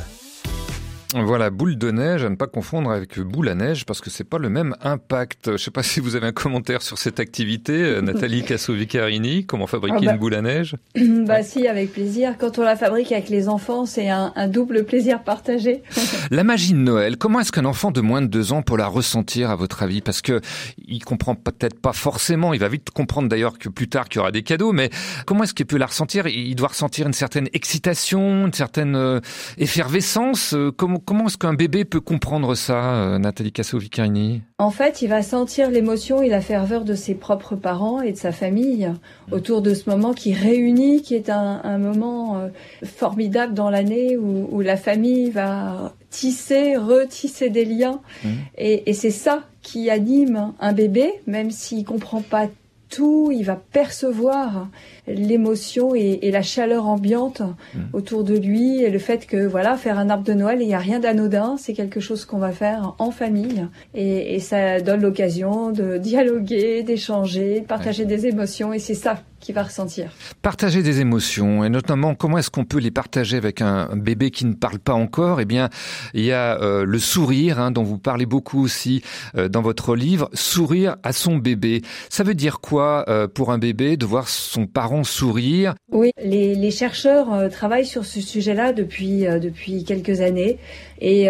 Voilà, boule de neige, à ne pas confondre avec boule à neige parce que c'est pas le même impact. Je ne sais pas si vous avez un commentaire sur cette activité, Nathalie Casso-Vicarini, comment fabriquer une boule à neige? Si, avec plaisir. Quand on la fabrique avec les enfants, c'est un double plaisir partagé. La magie de Noël, comment est-ce qu'un enfant de moins de 2 ans peut la ressentir à votre avis? Parce que il comprend peut-être pas forcément, il va vite comprendre d'ailleurs que plus tard qu'il y aura des cadeaux, mais comment est-ce qu'il peut la ressentir? Il doit ressentir une certaine excitation, une certaine effervescence. Comment est-ce qu'un bébé peut comprendre ça, Nathalie Casso-Vicarini? En fait, il va sentir l'émotion et la ferveur de ses propres parents et de sa famille autour de ce moment qui réunit, qui est un moment formidable dans l'année où la famille va retisser des liens. Et c'est ça qui anime un bébé, même s'il comprend pas tout, il va percevoir l'émotion et la chaleur ambiante autour de lui et le fait que faire un arbre de Noël, il n'y a rien d'anodin, c'est quelque chose qu'on va faire en famille et ça donne l'occasion de dialoguer, d'échanger, de partager des émotions et c'est ça qu'il va ressentir. Partager des émotions et notamment comment est-ce qu'on peut les partager avec un bébé qui ne parle pas encore? Eh bien, il y a le sourire dont vous parlez beaucoup aussi dans votre livre, sourire à son bébé. Ça veut dire quoi pour un bébé de voir son parent sourire? Oui, les chercheurs travaillent sur ce sujet-là depuis quelques années et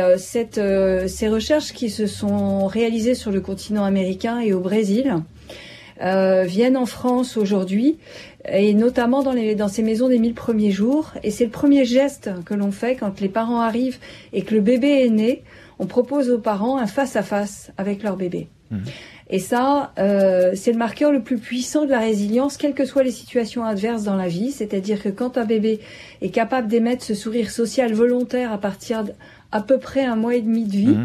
ces recherches qui se sont réalisées sur le continent américain et au Brésil viennent en France aujourd'hui et notamment dans ces maisons des 1000 premiers jours et c'est le premier geste que l'on fait quand les parents arrivent et que le bébé est né, on propose aux parents un face-à-face avec leur bébé. Et ça, c'est le marqueur le plus puissant de la résilience, quelles que soient les situations adverses dans la vie. C'est-à-dire que quand un bébé est capable d'émettre ce sourire social volontaire à partir d'à peu près 1 mois et demi de vie,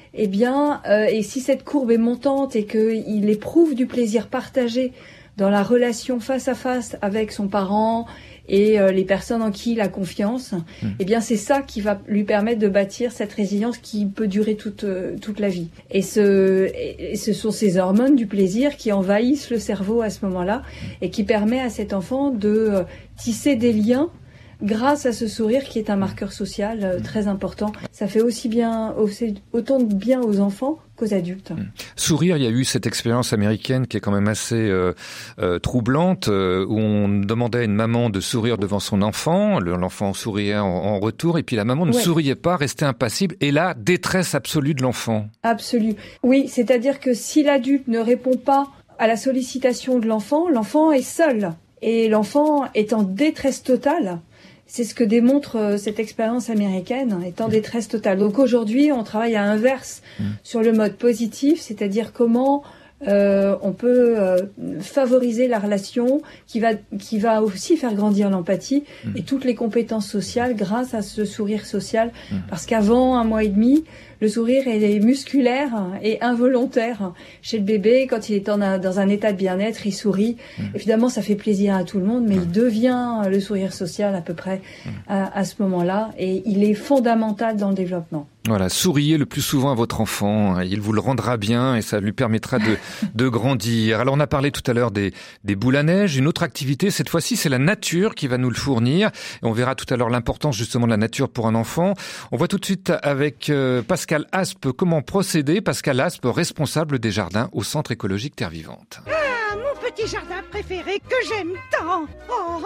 et si cette courbe est montante et qu'il éprouve du plaisir partagé dans la relation face à face avec son parent et les personnes en qui il a confiance, c'est ça qui va lui permettre de bâtir cette résilience qui peut durer toute la vie. Et ce sont ces hormones du plaisir qui envahissent le cerveau à ce moment-là et qui permet à cet enfant de tisser des liens grâce à ce sourire qui est un marqueur social très important. Ça fait autant de bien aux enfants qu'aux adultes. Sourire, il y a eu cette expérience américaine qui est quand même assez troublante, où on demandait à une maman de sourire devant son enfant, l'enfant souriait en retour, et puis la maman ne souriait pas, restait impassible, et là, détresse absolue de l'enfant. Absolue. Oui, c'est-à-dire que si l'adulte ne répond pas à la sollicitation de l'enfant, l'enfant est seul, et l'enfant est en détresse totale. C'est ce que démontre cette expérience américaine, est en détresse totale. Donc aujourd'hui, on travaille à l'inverse sur le mode positif, c'est-à-dire comment on peut favoriser la relation qui va aussi faire grandir l'empathie et toutes les compétences sociales grâce à ce sourire social. Parce qu'avant 1 mois et demi, le sourire est musculaire et involontaire chez le bébé. Quand il est dans un état de bien-être, il sourit. Évidemment, ça fait plaisir à tout le monde, mais il devient le sourire social à peu près à ce moment-là. Et il est fondamental dans le développement. Voilà, souriez le plus souvent à votre enfant. Il vous le rendra bien et ça lui permettra de grandir. Alors, on a parlé tout à l'heure des boules à neige. Une autre activité, cette fois-ci, c'est la nature qui va nous le fournir. Et on verra tout à l'heure l'importance justement de la nature pour un enfant. On voit tout de suite avec Pascal Aspe comment procéder. Pascal Aspe, responsable des jardins au Centre écologique Terre Vivante. Ah, mon petit jardin préféré que j'aime tant. Oh.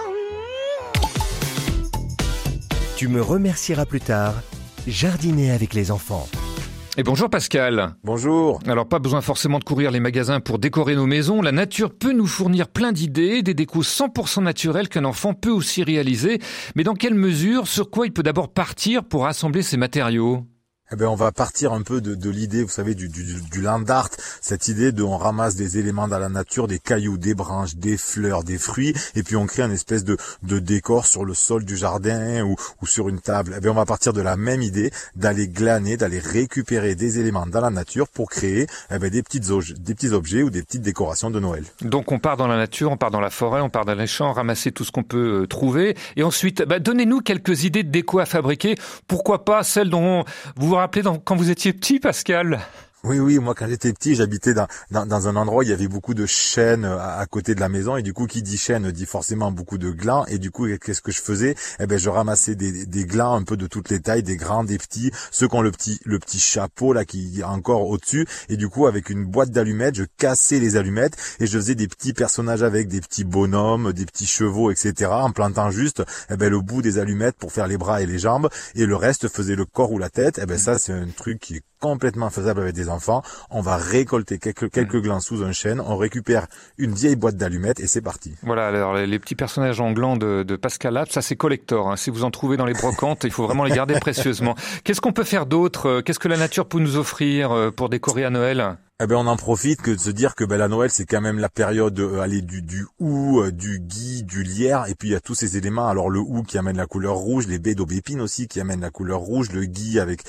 Tu me remercieras plus tard. Jardiner avec les enfants. Et bonjour Pascal. Bonjour. Alors pas besoin forcément de courir les magasins pour décorer nos maisons. La nature peut nous fournir plein d'idées, des décos 100% naturels qu'un enfant peut aussi réaliser. Mais dans quelle mesure, sur quoi il peut d'abord partir pour assembler ces matériaux ? Eh ben, on va partir un peu de l'idée, vous savez, du land art, cette idée de on ramasse des éléments dans la nature, des cailloux, des branches, des fleurs, des fruits, et puis on crée une espèce de décor sur le sol du jardin ou sur une table. Eh ben, on va partir de la même idée, d'aller glaner, d'aller récupérer des éléments dans la nature pour créer des petits objets ou des petites décorations de Noël. Donc on part dans la nature, on part dans la forêt, on part dans les champs, ramasser tout ce qu'on peut trouver, et ensuite, donnez-nous quelques idées de déco à fabriquer. Pourquoi pas celles dont vous vous rappelez quand vous étiez petit, Pascal ? Oui, moi quand j'étais petit, j'habitais dans un endroit où il y avait beaucoup de chênes à côté de la maison, et du coup qui dit chêne dit forcément beaucoup de glands, et du coup qu'est-ce que je faisais ? Je ramassais des glands un peu de toutes les tailles, des grands, des petits, ceux qui ont le petit chapeau là qui est encore au-dessus, et du coup avec une boîte d'allumettes, je cassais les allumettes et je faisais des petits personnages avec des petits bonhommes, des petits chevaux, etc. en plantant juste le bout des allumettes pour faire les bras et les jambes, et le reste faisait le corps ou la tête. Ça c'est un truc qui est complètement faisable avec des enfants. On va récolter quelques glands sous un chêne, on récupère une vieille boîte d'allumettes et c'est parti. Voilà, alors les petits personnages en glands de Pascal Aspe, ça c'est collector. Hein. Si vous en trouvez dans les brocantes, il faut vraiment les garder précieusement. Qu'est-ce qu'on peut faire d'autre ? Qu'est-ce que la nature peut nous offrir pour décorer à Noël ? On en profite que de se dire que la Noël c'est quand même la période du houx, du gui, du lierre, et puis il y a tous ces éléments. Alors le houx qui amène la couleur rouge, les baies d'aubépine aussi qui amènent la couleur rouge, le gui avec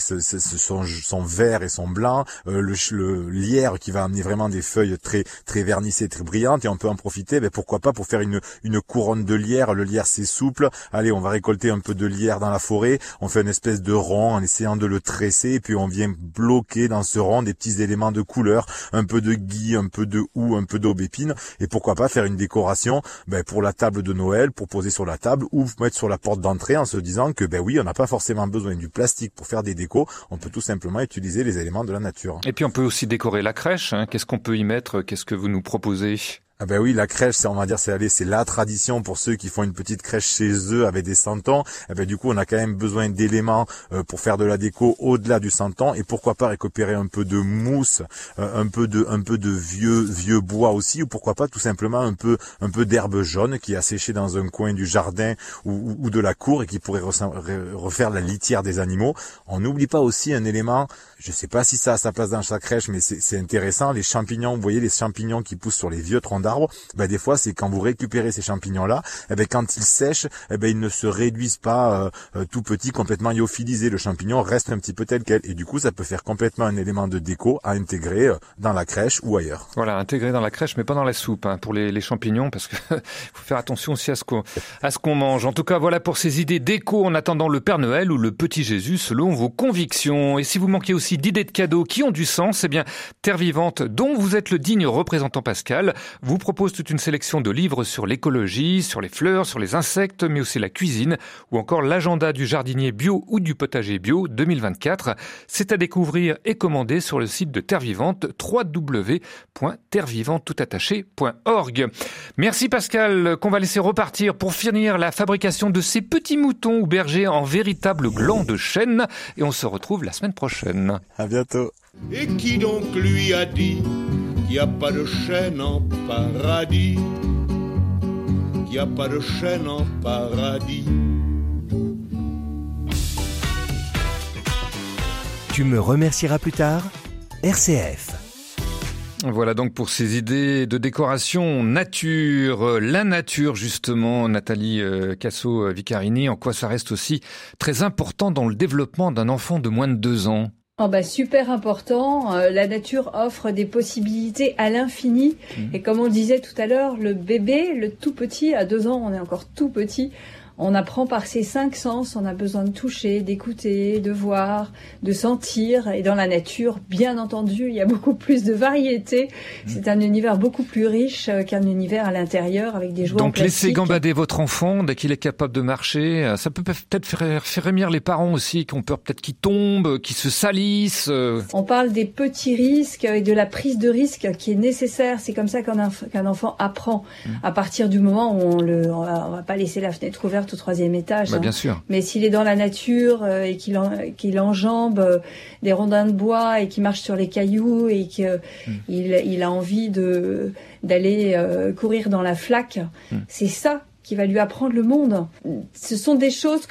son vert et son blanc, le lierre qui va amener vraiment des feuilles très très vernissées, très brillantes, et on peut en profiter pourquoi pas pour faire une couronne de lierre. Le lierre c'est souple, allez on va récolter un peu de lierre dans la forêt, on fait une espèce de rond en essayant de le tresser, et puis on vient bloquer dans ce rond des petits éléments de couleur, un peu de gui, un peu de houx, un peu d'aubépine, et pourquoi pas faire une décoration pour la table de Noël, pour poser sur la table ou mettre sur la porte d'entrée, en se disant que oui, on n'a pas forcément besoin du plastique pour faire des décos, on peut tout simplement utiliser les éléments de la nature. Et puis on peut aussi décorer la crèche, hein. Qu'est-ce qu'on peut y mettre ? Qu'est-ce que vous nous proposez ? Oui, la crèche, c'est la tradition pour ceux qui font une petite crèche chez eux avec des santons. Du coup, on a quand même besoin d'éléments pour faire de la déco au-delà du santon, et pourquoi pas récupérer un peu de mousse, un peu de vieux bois aussi, ou pourquoi pas tout simplement un peu d'herbe jaune qui a séché dans un coin du jardin ou de la cour et qui pourrait refaire la litière des animaux. On n'oublie pas aussi un élément, je sais pas si ça a sa place dans sa crèche, mais c'est intéressant, les champignons. Vous voyez les champignons qui poussent sur les vieux troncs d'arbres, des fois c'est quand vous récupérez ces champignons-là, quand ils sèchent, ils ne se réduisent pas tout petits, complètement lyophilisés. Le champignon reste un petit peu tel quel, et du coup ça peut faire complètement un élément de déco à intégrer dans la crèche ou ailleurs. Voilà, intégrer dans la crèche, mais pas dans la soupe, hein, pour les champignons, parce que faut faire attention aussi à ce qu'on mange. En tout cas, voilà pour ces idées déco en attendant le Père Noël ou le Petit Jésus selon vos convictions. Et si vous manquez aussi d'idées de cadeaux qui ont du sens, Terre Vivante, dont vous êtes le digne représentant Pascal, vous propose toute une sélection de livres sur l'écologie, sur les fleurs, sur les insectes, mais aussi la cuisine ou encore l'agenda du jardinier bio ou du potager bio 2024. C'est à découvrir et commander sur le site de Terre Vivante, www.terrevivantetoutattaché.org. Merci Pascal, qu'on va laisser repartir pour finir la fabrication de ces petits moutons ou bergers en véritable gland de chêne. Et on se retrouve la semaine prochaine. À bientôt. Et qui donc lui a dit qu'il n'y a pas de chêne en paradis? Qu'il n'y a pas de chêne en paradis. Tu me remercieras plus tard, RCF. Voilà donc pour ces idées de décoration nature, la nature justement, Nathalie Casso-Vicarini, en quoi ça reste aussi très important dans le développement d'un enfant de moins de 2 ans? Super important. La nature offre des possibilités à l'infini. Et comme on le disait tout à l'heure, le bébé, le tout petit, à 2 ans, on est encore tout petit. On apprend par ses 5 sens, on a besoin de toucher, d'écouter, de voir, de sentir. Et dans la nature, bien entendu, il y a beaucoup plus de variété. C'est un univers beaucoup plus riche qu'un univers à l'intérieur avec des jouets en plastique. Donc laissez gambader votre enfant dès qu'il est capable de marcher. Ça peut peut-être faire frémir les parents aussi, qui ont peur peut-être qu'il tombe, qu'il se salisse. On parle des petits risques et de la prise de risque qui est nécessaire. C'est comme ça qu'un enfant apprend. À partir du moment où on va pas laisser la fenêtre ouverte au 3e étage. Bien sûr. Mais s'il est dans la nature et qu'il enjambe des rondins de bois et qu'il marche sur les cailloux et qu'il a envie d'aller courir dans la flaque, c'est ça qui va lui apprendre le monde. Ce sont des choses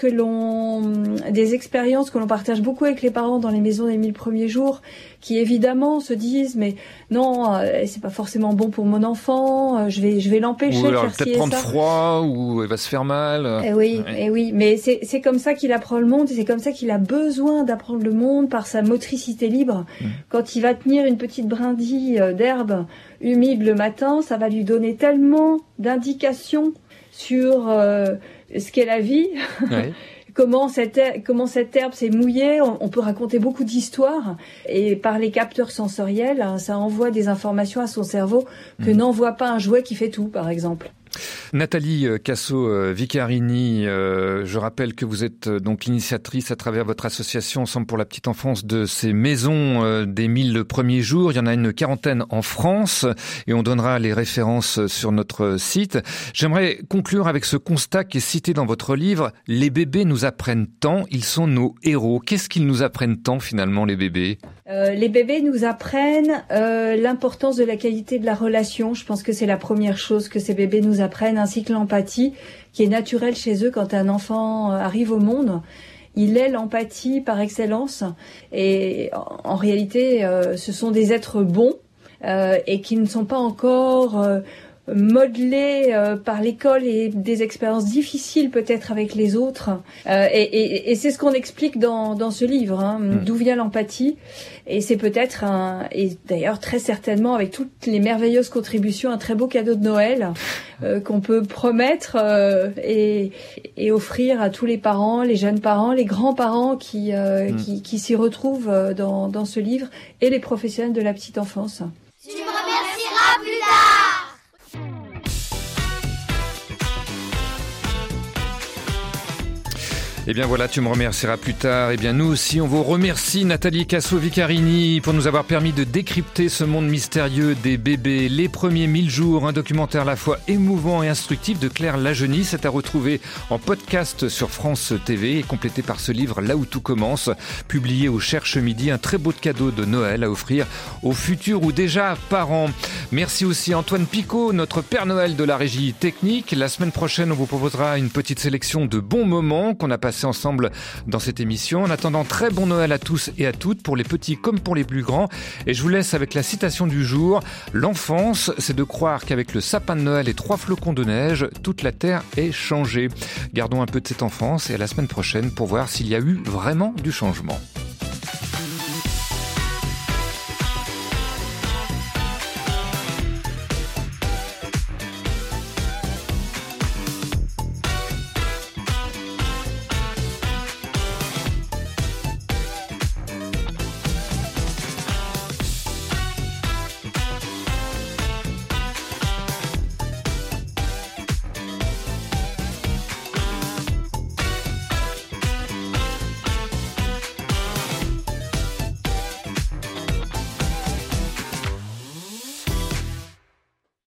des expériences que l'on partage beaucoup avec les parents dans les maisons des 1000 premiers jours, qui évidemment se disent mais non, c'est pas forcément bon pour mon enfant, je vais l'empêcher de faire ci et ça. Peut-être prendre froid ou il va se faire mal. Eh oui, mais c'est comme ça qu'il apprend le monde et c'est comme ça qu'il a besoin d'apprendre le monde par sa motricité libre. Quand il va tenir une petite brindille d'herbe humide le matin, ça va lui donner tellement d'indications sur ce qu'est la vie, comment cette herbe s'est mouillée. On peut raconter beaucoup d'histoires et par les capteurs sensoriels, ça envoie des informations à son cerveau que n'envoie pas un jouet qui fait tout, par exemple. Nathalie Casso-Vicarini, je rappelle que vous êtes donc l'initiatrice à travers votre association Ensemble pour la petite enfance de ces maisons des 1000 premiers jours. Il y en a une 40aine en France et on donnera les références sur notre site. J'aimerais conclure avec ce constat qui est cité dans votre livre. Les bébés nous apprennent tant, ils sont nos héros. Qu'est-ce qu'ils nous apprennent tant finalement, les bébés? Les bébés nous apprennent l'importance de la qualité de la relation. Je pense que c'est la première chose que ces bébés nous apprennent, ainsi que l'empathie qui est naturelle chez eux quand un enfant arrive au monde. Il est l'empathie par excellence et en réalité ce sont des êtres bons et qui ne sont pas encore modelés par l'école et des expériences difficiles peut-être avec les autres. Et c'est ce qu'on explique dans ce livre, d'où vient l'empathie. Et c'est peut-être et d'ailleurs très certainement avec toutes les merveilleuses contributions, un très beau cadeau de Noël qu'on peut promettre et offrir à tous les parents, les jeunes parents, les grands-parents qui s'y retrouvent dans ce livre et les professionnels de la petite enfance. Tu me remercieras plus tard. Eh bien voilà, tu me remercieras plus tard. Eh bien nous aussi, on vous remercie Nathalie Casso-Vicarini pour nous avoir permis de décrypter ce monde mystérieux des bébés. Les premiers 1000 jours, un documentaire à la fois émouvant et instructif de Claire Lajeunie. C'est à retrouver en podcast sur France TV et complété par ce livre Là où tout commence, publié au Cherche Midi. Un très beau cadeau de Noël à offrir aux futurs ou déjà parents. Merci aussi à Antoine Picot, notre Père Noël de la régie technique. La semaine prochaine, on vous proposera une petite sélection de bons moments qu'on a passé ensemble dans cette émission. En attendant, très bon Noël à tous et à toutes, pour les petits comme pour les plus grands. Et je vous laisse avec la citation du jour. L'enfance, c'est de croire qu'avec le sapin de Noël et 3 flocons de neige, toute la terre est changée. Gardons un peu de cette enfance et à la semaine prochaine pour voir s'il y a eu vraiment du changement.